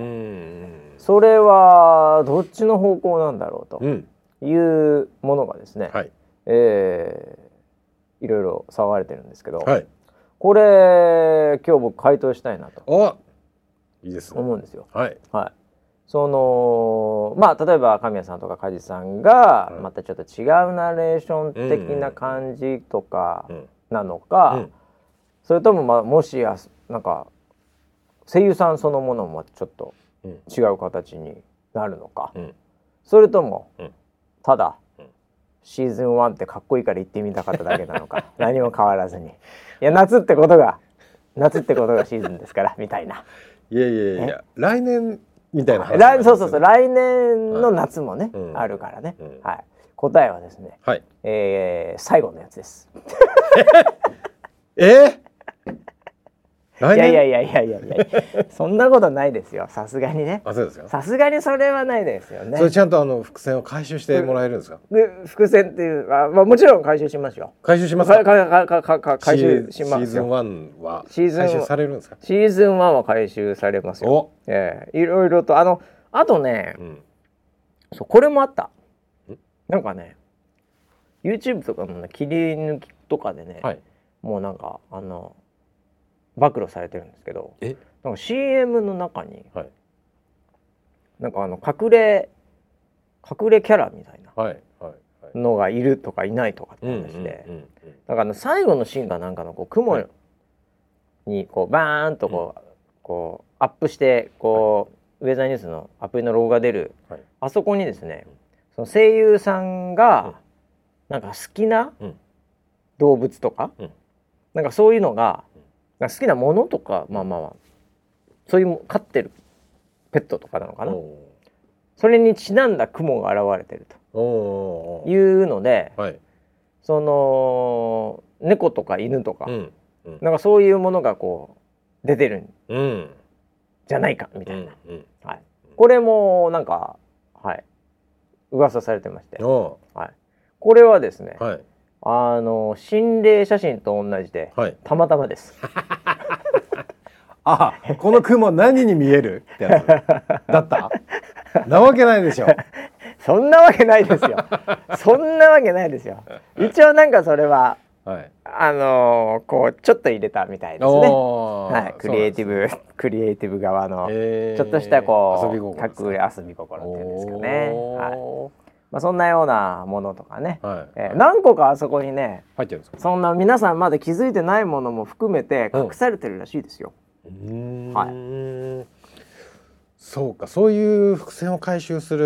それはどっちの方向なんだろうというものがですね、うん、えー、いろいろ騒がれてるんですけど、はい、これ今日僕回答したいなと思うんですよ。はいはい、そのまあ例えば神谷さんとか梶さんがまたちょっと違うナレーション的な感じとかなのか、うんうん、それともまあもしやなんか声優さんそのものもちょっと違う形になるのか、うん、それとも、うん、ただ、うん、シーズンワンってかっこいいから行ってみたかっただけなのか何も変わらずにいや夏ってことが夏ってことがシーズンですからみたいな。 いやいやいや来年みたいな話、 ね、そうそうそう来年の夏もね、はい、あるからね、うんはい、答えはですね、はい、えー、最後のやつですえーいやいやいやいやいやいやそんなことないですよさすがにね。 あ、そうですか。 さすがにそれはないですよね。 それちゃんとあの伏線を回収してもらえるんですか。 で伏線っていうあ、まあ、もちろん回収しますよ。 回収しますか。 かかかかか回収しますよ。 シーズンワンは回収されるんですか。 シーズンワンは回収されますよ。ええー、いろいろとあのあとね、うん、そうこれもあった。なんかね YouTube とかの、ね、切り抜きとかでね、はい、もうなんかあの暴露されてるんですけど、えなんか シーエム の中に、はい、なんかあの隠れ隠れキャラみたいなのがいるとかいないとかって話で、なんかあの最後のシーンがなんかのこう雲にこうバーンとこう、うん、こうアップしてこう、はい、ウェザーニュースのアプリのロゴが出る、はい、あそこにですね、その声優さんがなんか好きな動物とか、うん、なんかそういうのが好きなものとか、まあまあまあそういう飼ってるペットとかなのかな、それにちなんだ雲が現れてるというので、はい、その猫とか犬とか、うんうん、なんかそういうものがこう出てるんじゃないかみたいな、うんうんはい、これもなんか、はい、噂されてまして、はい、これはですね、はいあの心霊写真と同じで、はい、たまたまですあこの雲何に見えるってやつだったなわけないでしょそんなわけないですよそんなわけないですよ一応なんかそれは、はい、あのー、こうちょっと入れたみたいですね、はい、クリエイティブクリエイティブ側のちょっとしたこう隠れ遊び心っていうんですかね、はいまあ、そんなようなものとかね、はいえーはい、何個かあそこにね入ってるんですか。 そんな皆さんまだ気づいてないものも含めて隠されてるらしいですよ、 うん、はい、そうかそういう伏線を回収する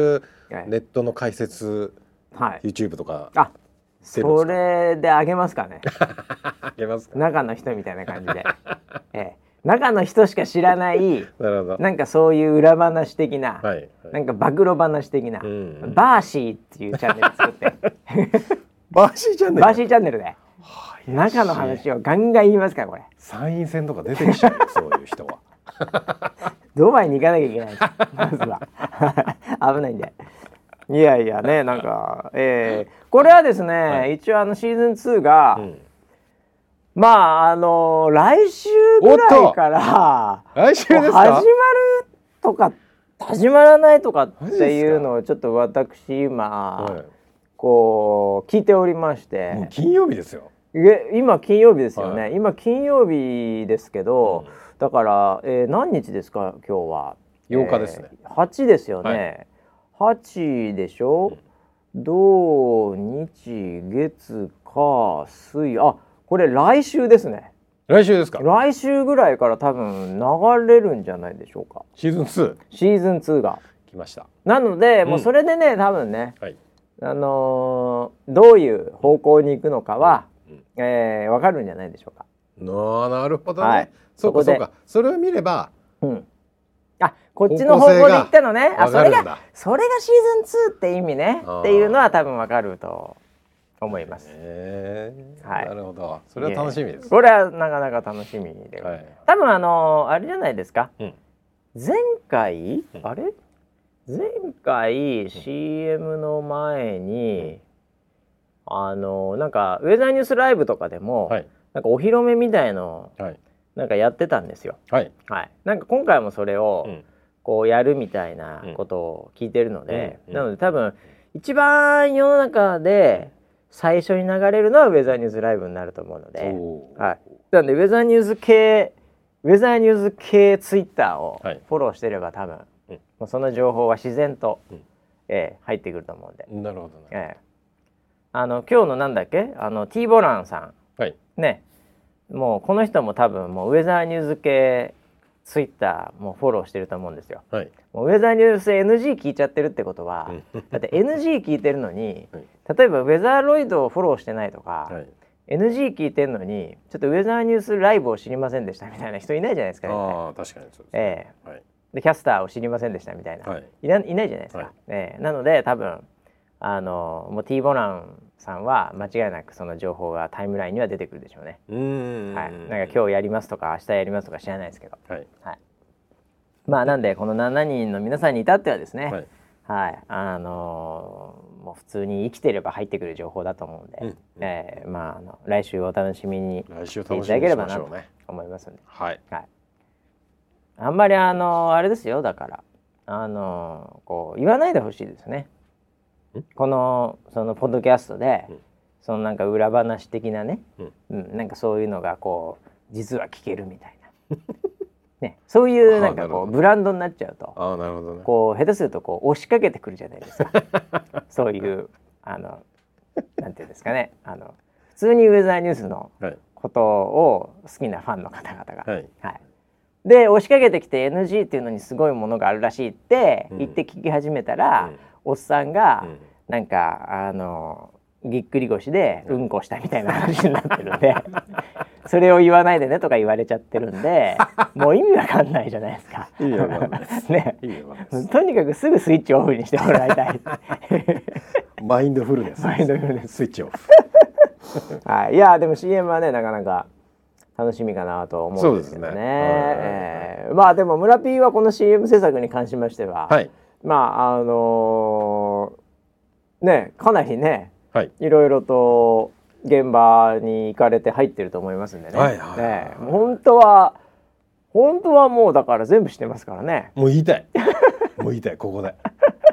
ネットの解説、はい、YouTube とかあそれであげますかねあげますか中の人みたいな感じで、ええ、中の人しか知らないなるほどなんかそういう裏話的な、はいはい、なんか暴露話的な、うんうん、バーシーっていうチャンネル作ってバーシーチャンネルバーシーチャンネルで、はあ、中の話をガンガン言いますからこれ参院選とか出てきちゃうそういう人はドバイに行かなきゃいけないですまずは危ないんでいやいやねなんか、えー、これはですね、はい、一応あのシーズンツーが、うん、まああのー、来週ぐらいから来週ですか始まるとか始まらないとかっていうのをちょっと私今、はい、こう聞いておりましてもう金曜日ですよ今金曜日ですよね、はい、今金曜日ですけど、うん、だから、えー、何日ですか今日はようかですね、 えー、はちですよね、はい、はちでしょ、うん、土日月火水あこれ来週ですね来週ですか来週ぐらいから多分流れるんじゃないでしょうかシーズンツーシーズンツーが来ましたなので、うん、もうそれでね多分ね、はい、あのー、どういう方向に行くのかは、うんうんえー、分かるんじゃないでしょうかな, なるほどね、はい、そうかそうかそれを見れば、 うん、あこっちの方向で行ったのねあそれがそれがシーズンツーって意味ねっていうのは多分分かると思います。 へー、はい、なるほどそれは楽しみです、ね、 これはなかなか楽しみで、はい、多分あのー、あれじゃないですか、うん、前回、うん、あれ前回 シーエム の前に、うん、あのー、なんかウェザーニュースライブとかでも、はいなんかお披露目みたいの、はい、なんかやってたんですよ。はい。はい。なんか今回もそれを、うん、こうやるみたいなことを聞いてるので、うん、なので多分一番世の中で最初に流れるのはウェザーニュースライブになると思うので、はい。なのでウェザーニュース系ウェザーニュース系ツイッターをフォローしてれば多分、はい、もうその情報は自然と、うんえー、入ってくると思うんで。 なるほどね。えー、 あの今日のなんだっけあの T ボランさん。はいね、もうこの人も多分もうウェザーニュース系ツイッターもフォローしてると思うんですよ、はい、もうウェザーニュース エヌジー 聞いちゃってるってことはだって エヌジー 聞いてるのに、はい、例えばウェザーロイドをフォローしてないとか、はい、エヌジー 聞いてるのにちょっとウェザーニュースライブを知りませんでしたみたいな人いないじゃないですか、ね、 あ確かにそうですね、 えーはい、でキャスターを知りませんでしたみたいな、はい、い, ないないじゃないですか、はいえー、なので多分あのもう T ボランさんは間違いなくその情報がタイムラインには出てくるでしょうね。うーん、はい、なんか今日やりますとか明日やりますとか知らないですけど、はいはい、まあなんでこのしちにんの皆さんに至ってはですね、はいはい、あのー、もう普通に生きてれば入ってくる情報だと思うんで、うんうんえー、まああの来週お楽しみにしていただければなと思いますんで、はいはい、あんまりあのー、あれですよだからあのー、こう言わないでほしいですね。このそのポッドキャストで、うん、そのなんか裏話的なね、うんうん、なんかそういうのがこう実は聞けるみたいな、ね、そういうなんかこうブランドになっちゃうとあなるほど、ね、 こう下手するとこう押しかけてくるじゃないですかそういうあのなんていうんですかねあの普通にウェザーニュースのことを好きなファンの方々が、はいはい、で押しかけてきて エヌジー っていうのにすごいものがあるらしいって言って聞き始めたら、うんおっさんが、うん、なんかあのぎっくり腰でうんこしたみたいな話になってるんでそれを言わないでねとか言われちゃってるんでもう意味わかんないじゃないですかいいよねいいよとにかくすぐスイッチオフにしてもらいたいマインドフルネスマインドフルネススイッチオフはい、いやでも シーエム はねなかなか楽しみかなと思うんですけどね、えー、まあでも村 P はこの シーエム 制作に関しましては、はいまああのー、ねかなりね、はい、いろいろと現場に行かれて入ってると思いますんでね、はいはいはいね本当は本当はもうだから全部知ってますからねもう言いたいもう言いたいここで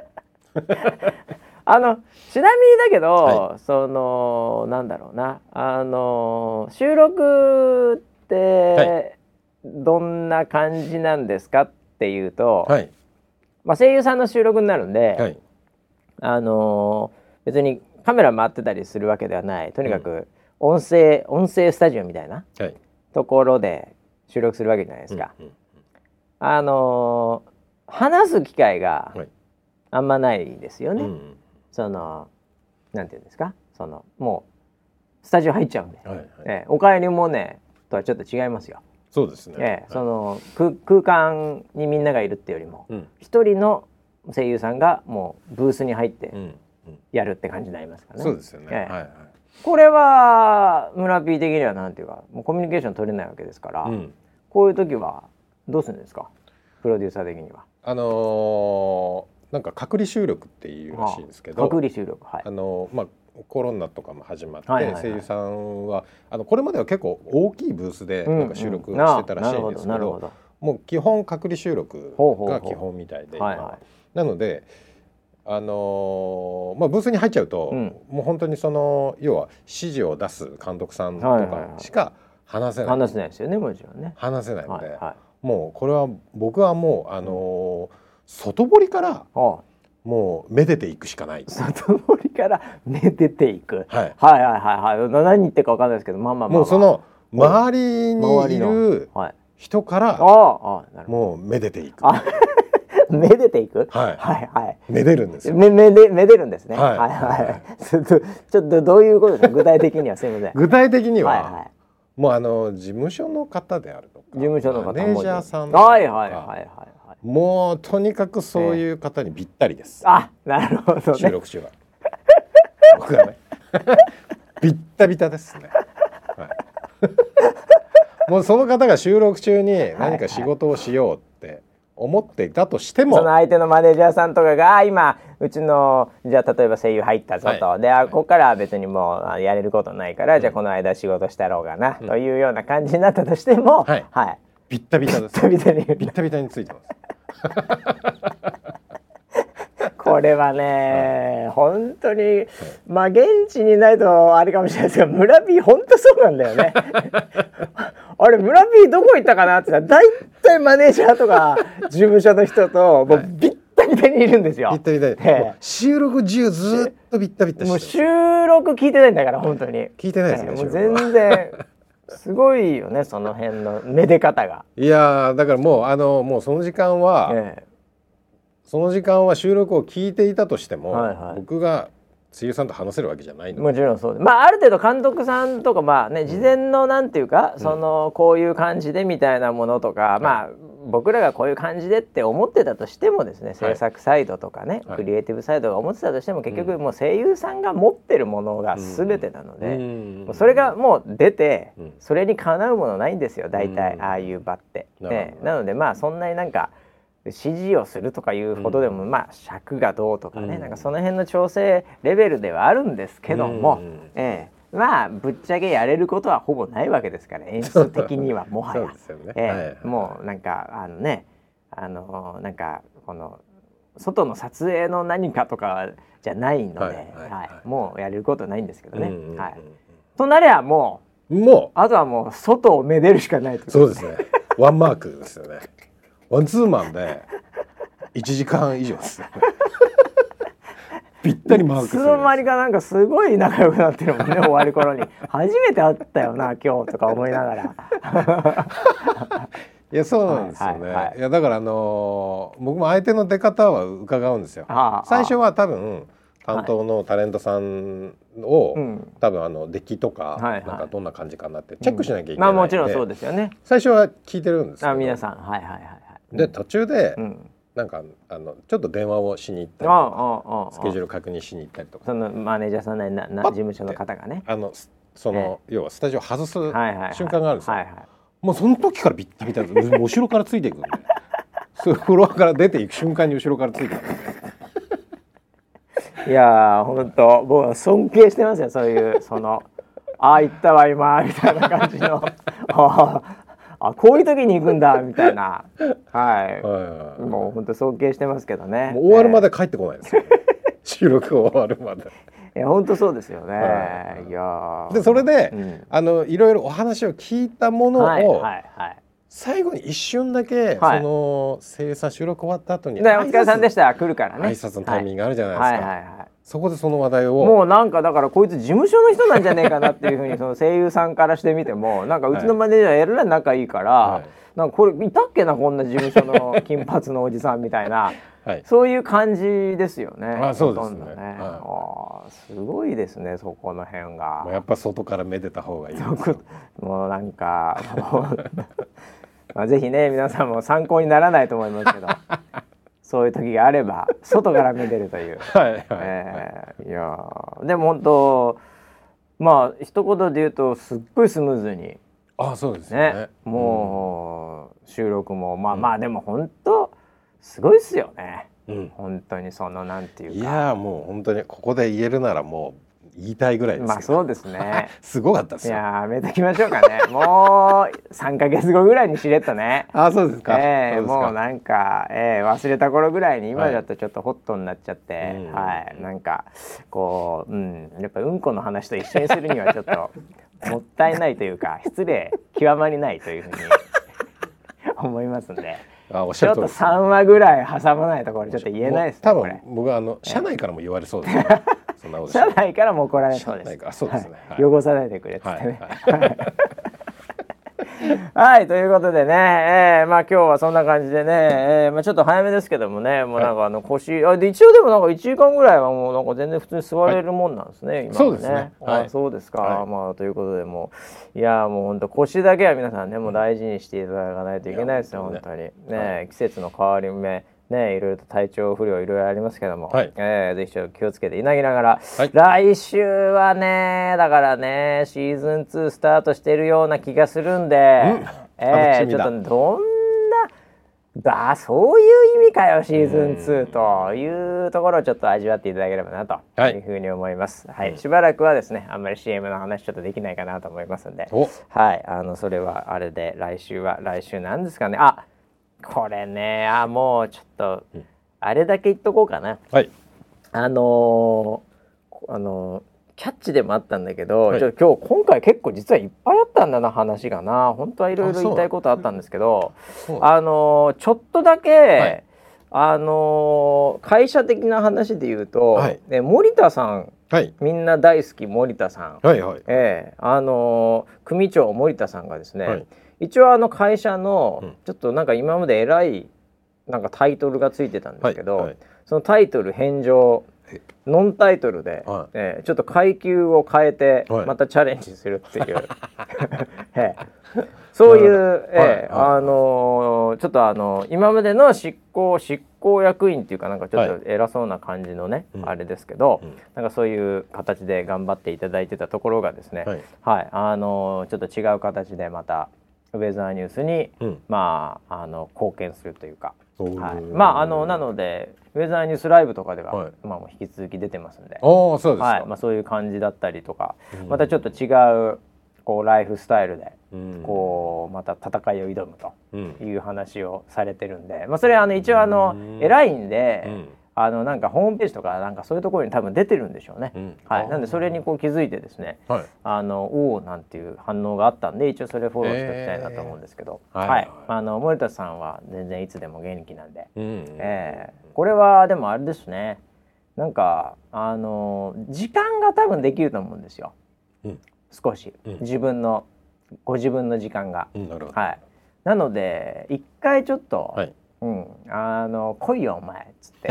あのちなみにだけど、はい、そのなんだろうなあの収録ってどんな感じなんですかっていうと、はいまあ、声優さんの収録になるんで、はい、あのー、別にカメラ回ってたりするわけではないとにかく音声、うん、音声スタジオみたいなところで収録するわけじゃないですか、はい、あのー、話す機会があんまないですよね、うん、そのなんていうんですか、そのもうスタジオ入っちゃうんで、はいはい、えー、お帰りもねとはちょっと違いますよ。 そうですね、 えーはい、その空間にみんながいるっていうよりも一、うん、人の声優さんがもうブースに入ってやるって感じになりますからね。 そうですよね、えーはいはい、 これは村 P 的にはなんていうかもうコミュニケーション取れないわけですから、うん、こういう時はどうするんですか、プロデューサー的には。 あのー、なんか隔離収録っていうらしいんですけど、 隔離収録、はい、 あのー、まあコロナとかも始まって、はいはいはい、声優さんはあのこれまでは結構大きいブースでなんか収録してたらしいんですけど、うんうん、どもう基本隔離収録が基本みたいで、はいはい、なので、あのーまあ、ブースに入っちゃうと、うん、もう本当にその要は指示を出す監督さんとかしか話せない、 はいはいはい、話せないですよね、もちろんね。 話せないので、はいはい、もうこれは僕はもう、あのー、外堀から、はあ、もうめでていくしかない。 外堀からめでていく、はい、はいはいはいはい、何言ってるか分かんないですけど、まあまあまあ、まあ、 もうその周りにいる人からもうめでていく。 めでていく、 はい、 はいはいめでるんですよ。 めめでめでるんですね。はいはいはい。ちょっとちょっとどういうことですか、具体的には。すみません。 具体的には、はいはい、もうあの事務所の方であるとか、 事務所の方、 マネージャーさんとか、 はいはいはいはい。 もうとにかくそういう方にぴったりです。 えー、あ、なるほどね。 収録中は僕はねビッタビタですね、はい、もうその方が収録中に何か仕事をしようって思っていたとしても、 その相手のマネージャーさんとかが今うちのじゃあ例えば声優入ったぞと、はい、で、はい、ここからは別にもうやれることないから、うん、じゃあこの間仕事したろうがな、うん、というような感じになったとしても、はい、はい、 ビッタビタです。 ビッタビタにビッタビタについてますこれはね、はい、本当に、はい、まあ現地にいないとあれかもしれないですけど、村 P 本当そうなんだよねあれ村 P どこ行ったかなって言ったら、だいたいマネージャーとか事務所の人ともうビッタビタにいるんですよ。 ビッタビタに、ええ、収録中ずっとビッタビタしてる。 もう収録聞いてないんだから、本当に聞いてないですね、 もう全然すごいよね、その辺のめで方が。 いやだからもうあのもうその時間は、ええ、その時間は収録を聞いていたとしても、はいはい、僕が声優さんと話せるわけじゃないので。 もちろんそうです。まあある程度監督さんとかまあね、事前のなんていうか、うん、そのこういう感じでみたいなものとか、うん、まあ僕らがこういう感じでって思ってたとしてもですね、制作サイドとかね、はい、クリエイティブサイドが思ってたとしても、結局もう声優さんが持ってるものが全てなので、うん、もうそれがもう出て、うん、それにかなうものないんですよ、大体、うん、ああいう場って、ね、なのでまあそんなになんか指示をするとかいうほどでも、うん、まあ尺がどうとかね、うん、なんかその辺の調整レベルではあるんですけども、うん、ええ、まあぶっちゃけやれることはほぼないわけですから、演出的にはもはや、ね、ええ、はいはい、もうなんかあのね、あのなんかこの外の撮影の何かとかじゃないので、はいはいはい、もうやれることないんですけどね、うんうん、はい、となりゃもうもうあとはもう外をめでるしかないと。 そうですね、ワンマークですよねワンツーマンでいちじかん以上ですぴったりマークする。 いつの間にかなんかすごい仲良くなってるもんね終わる頃に初めて会ったよな今日とか思いながらいやそうなんですよね、はいはいはい、いやだからあのー、僕も相手の出方は伺うんですよ。はあ、最初は多分担当のタレントさんを、はい、多分あの出来とか、はいはい、なんかどんな感じかなってチェックしなきゃいけないんで、うん、まあもちろんそうですよね。 最初は聞いてるんですけど、 あ皆さんはいはいはいはい、 で途中で、うん、なんかあのちょっと電話をしに行ったりとか、あああスケジュール確認しに行ったりとか、 そのマネージャーさんなな事務所の方がね、 あのその、えー、要はスタジオを外す瞬間があるんですよ、はいはいはい、もうその時からビッタビタで後ろからついていくんでそのフロアから出ていく瞬間に後ろからついていくんでいやー本当僕は尊敬してますよ、そういうそのああ行ったわ今みたいな感じのああこういう時に行くんだみたいな、はい、はいはい、もう本当尊敬してますけどね。 もう終わるまで帰ってこないですよ、ね、収録終わるまで。 いや本当そうですよね、はい、いやでそれで、うん、あのいろいろお話を聞いたものを、はいはいはい、最後に一瞬だけ、はい、その精査収録終わった後にお疲れさんでした来るからね、 挨拶のタイミングあるじゃないですか、はいはいはいはい、そこでその話題をもうなんかだからこいつ事務所の人なんじゃねえかなっていうふうにその声優さんからしてみてもなんかうちのマネージャーやるら仲いいから、はい、なんかこれいたっけなこんな事務所の金髪のおじさんみたいなはい、そういう感じですよね。 あ、そうですね。ね、 はい、あ、すごいですね、そこの辺が。 やっぱ外からめでた方がいいですよ。 もうなんかもうまあぜひね皆さんも参考にならないと思いますけどそういう時があれば外からめでるという。はいはい、えー、いやでも本当まあ一言で言うとすっごいスムーズに。 あ、そうですね。ね、 もう、うん、収録もまあまあでも本当すごいっすよね。うん、本当にそのなんていうか。 いやもう本当にここで言えるならもう。言いたいぐらいですけど。 まあそうですね。 すごかったですよ。 いややめときましょうかね。もうさんかげつごぐらいにしれっとね。 あ、そうですか。 えー、もうなんか、えー、忘れた頃ぐらいに今だとちょっとホットになっちゃって、はい、はい、なんかこう、うん、やっぱうんこの話と一緒にするにはちょっともったいないというか失礼極まりないというふうに思いますんで。あ、おっしゃる通りです。ちょっとさんわぐらい挟まないところちょっと言えないですね。 多分僕はあの社内からも言われそうですね。そんなこと社内からも怒られそうです。 そうですね。 はい、汚さないでくれっつってね。はいはいはい、ということでね、えー、まあ今日はそんな感じでね、えー、まあちょっと早めですけどもね、もうなんかあの腰、はい、あで一応でもなんかいちじかんぐらいはもうなんか全然普通に座れるもんなんですね、はい、今はね。 そうですね。 はい、あ、そうですか。はい、まあということでもういやもう本当腰だけは皆さんねもう大事にしていただかないといけないですよ、本当にね、はい、季節の変わり目。ね、いろいろと体調不良いろいろありますけども、はい、えー、ぜひちょっと気をつけていなぎながら、はい、来週はねだからねシーズンツースタートしてるような気がするんで、うん、えー、ちょっとどんなだそういう意味かよシーズンツーというところをちょっと味わっていただければなというふうに思います、はいはい、しばらくはですねあんまり シーエム の話ちょっとできないかなと思いますんで、はい、あのそれはあれで来週は来週なんですかね、あこれね、あもうちょっと、うん、あれだけ言っとこうかな、はい、あのー、あのー、キャッチでもあったんだけど、はい、ちょ今日今回結構実はいっぱいあったんだな話がな、本当はいろいろ言いたいことあったんですけど、あ、あのー、ちょっとだけ、はい、あのー、会社的な話で言うと、はい、ね、森田さん、はい、みんな大好き森田さん、はいはい、えー、あのー、組長森田さんがですね、はい、一応あの会社のちょっとなんか今まで偉いなんかタイトルがついてたんですけど、はいはい、そのタイトル返上ノンタイトルで、はい、えー、ちょっと階級を変えてまたチャレンジするっていう、はいえー、そういう、えーはいはい、あのー、ちょっとあのー、今までの執行執行役員っていうかなんかちょっと偉そうな感じのね、はい、あれですけど、うん、なんかそういう形で頑張っていただいてたところがですね、はいはい、あのー、ちょっと違う形でまたウェザーニュースに、うん、まあ、あの貢献するというか、はい、まああのなのでウェザーニュースライブとかでは、はい、まあ、もう引き続き出てますんで、 おそうですか、 はい、まあ、そういう感じだったりとか、うん、またちょっと違うこうライフスタイルで、うん、こうまた戦いを挑むという話をされてるんで、まあ、それはあの一応あの、うん、偉いんで、うん、あのなんかホームページとかなんかそういうところに多分出てるんでしょうね、うん、はい、なんでそれにこう気づいてですね、はい、あのおおなんていう反応があったんで一応それフォローしておきたいなと思うんですけど、えー、はい、はい、あの森田さんは全然いつでも元気なんで、うん、えー、これはでもあれですね、なんかあの時間が多分できると思うんですよ、うん、少し、うん、自分のご自分の時間が、うん、なるほど、はい、なので一回ちょっと、はい、うん、あの来いよお前っつって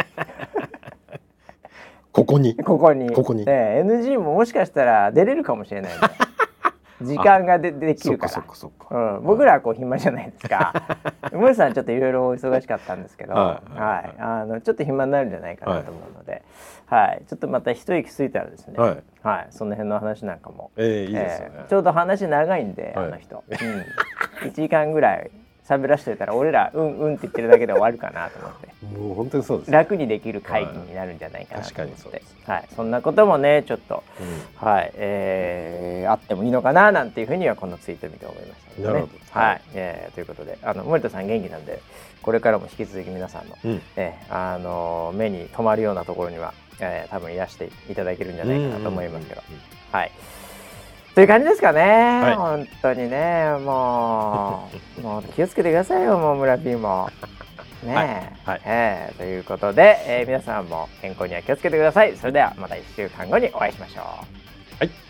ここにここにここに、 ね、エヌジー ももしかしたら出れるかもしれないんで時間が で, できるから、うん、僕らはこう暇じゃないですか森さんちょっといろいろお忙しかったんですけど、はいはい、あのちょっと暇になるんじゃないかなと思うので、はいはい、ちょっとまた一息ついたらですね、はいはい、その辺の話なんかも、えーいいですよね、えー、ちょうど話長いんで、はい、あの人、うん、いちじかんぐらい喋らせてたら俺らうんうんって言ってるだけで終わるかなと思ってもう本当にそうです、 ね、楽にできる会議になるんじゃないかなと思って、はい、はい、そんなこともねちょっと、うん、はい、えー、あってもいいのかななんていうふうにはこのツイート見て思いましたので、ね、なるほど、はいはい、えー、ということであの森田さん元気なんでこれからも引き続き皆さんの、うん、えー、あの目に留まるようなところには、えー、多分癒していただけるんじゃないかなと思いますけど、はいという感じですかね、はい、本当にねもうもう気をつけてくださいよもう村 P もねえ、はいはい、えー、ということで、えー、皆さんも健康には気をつけてください。それではまたいっしゅうかんごにお会いしましょう。 はい。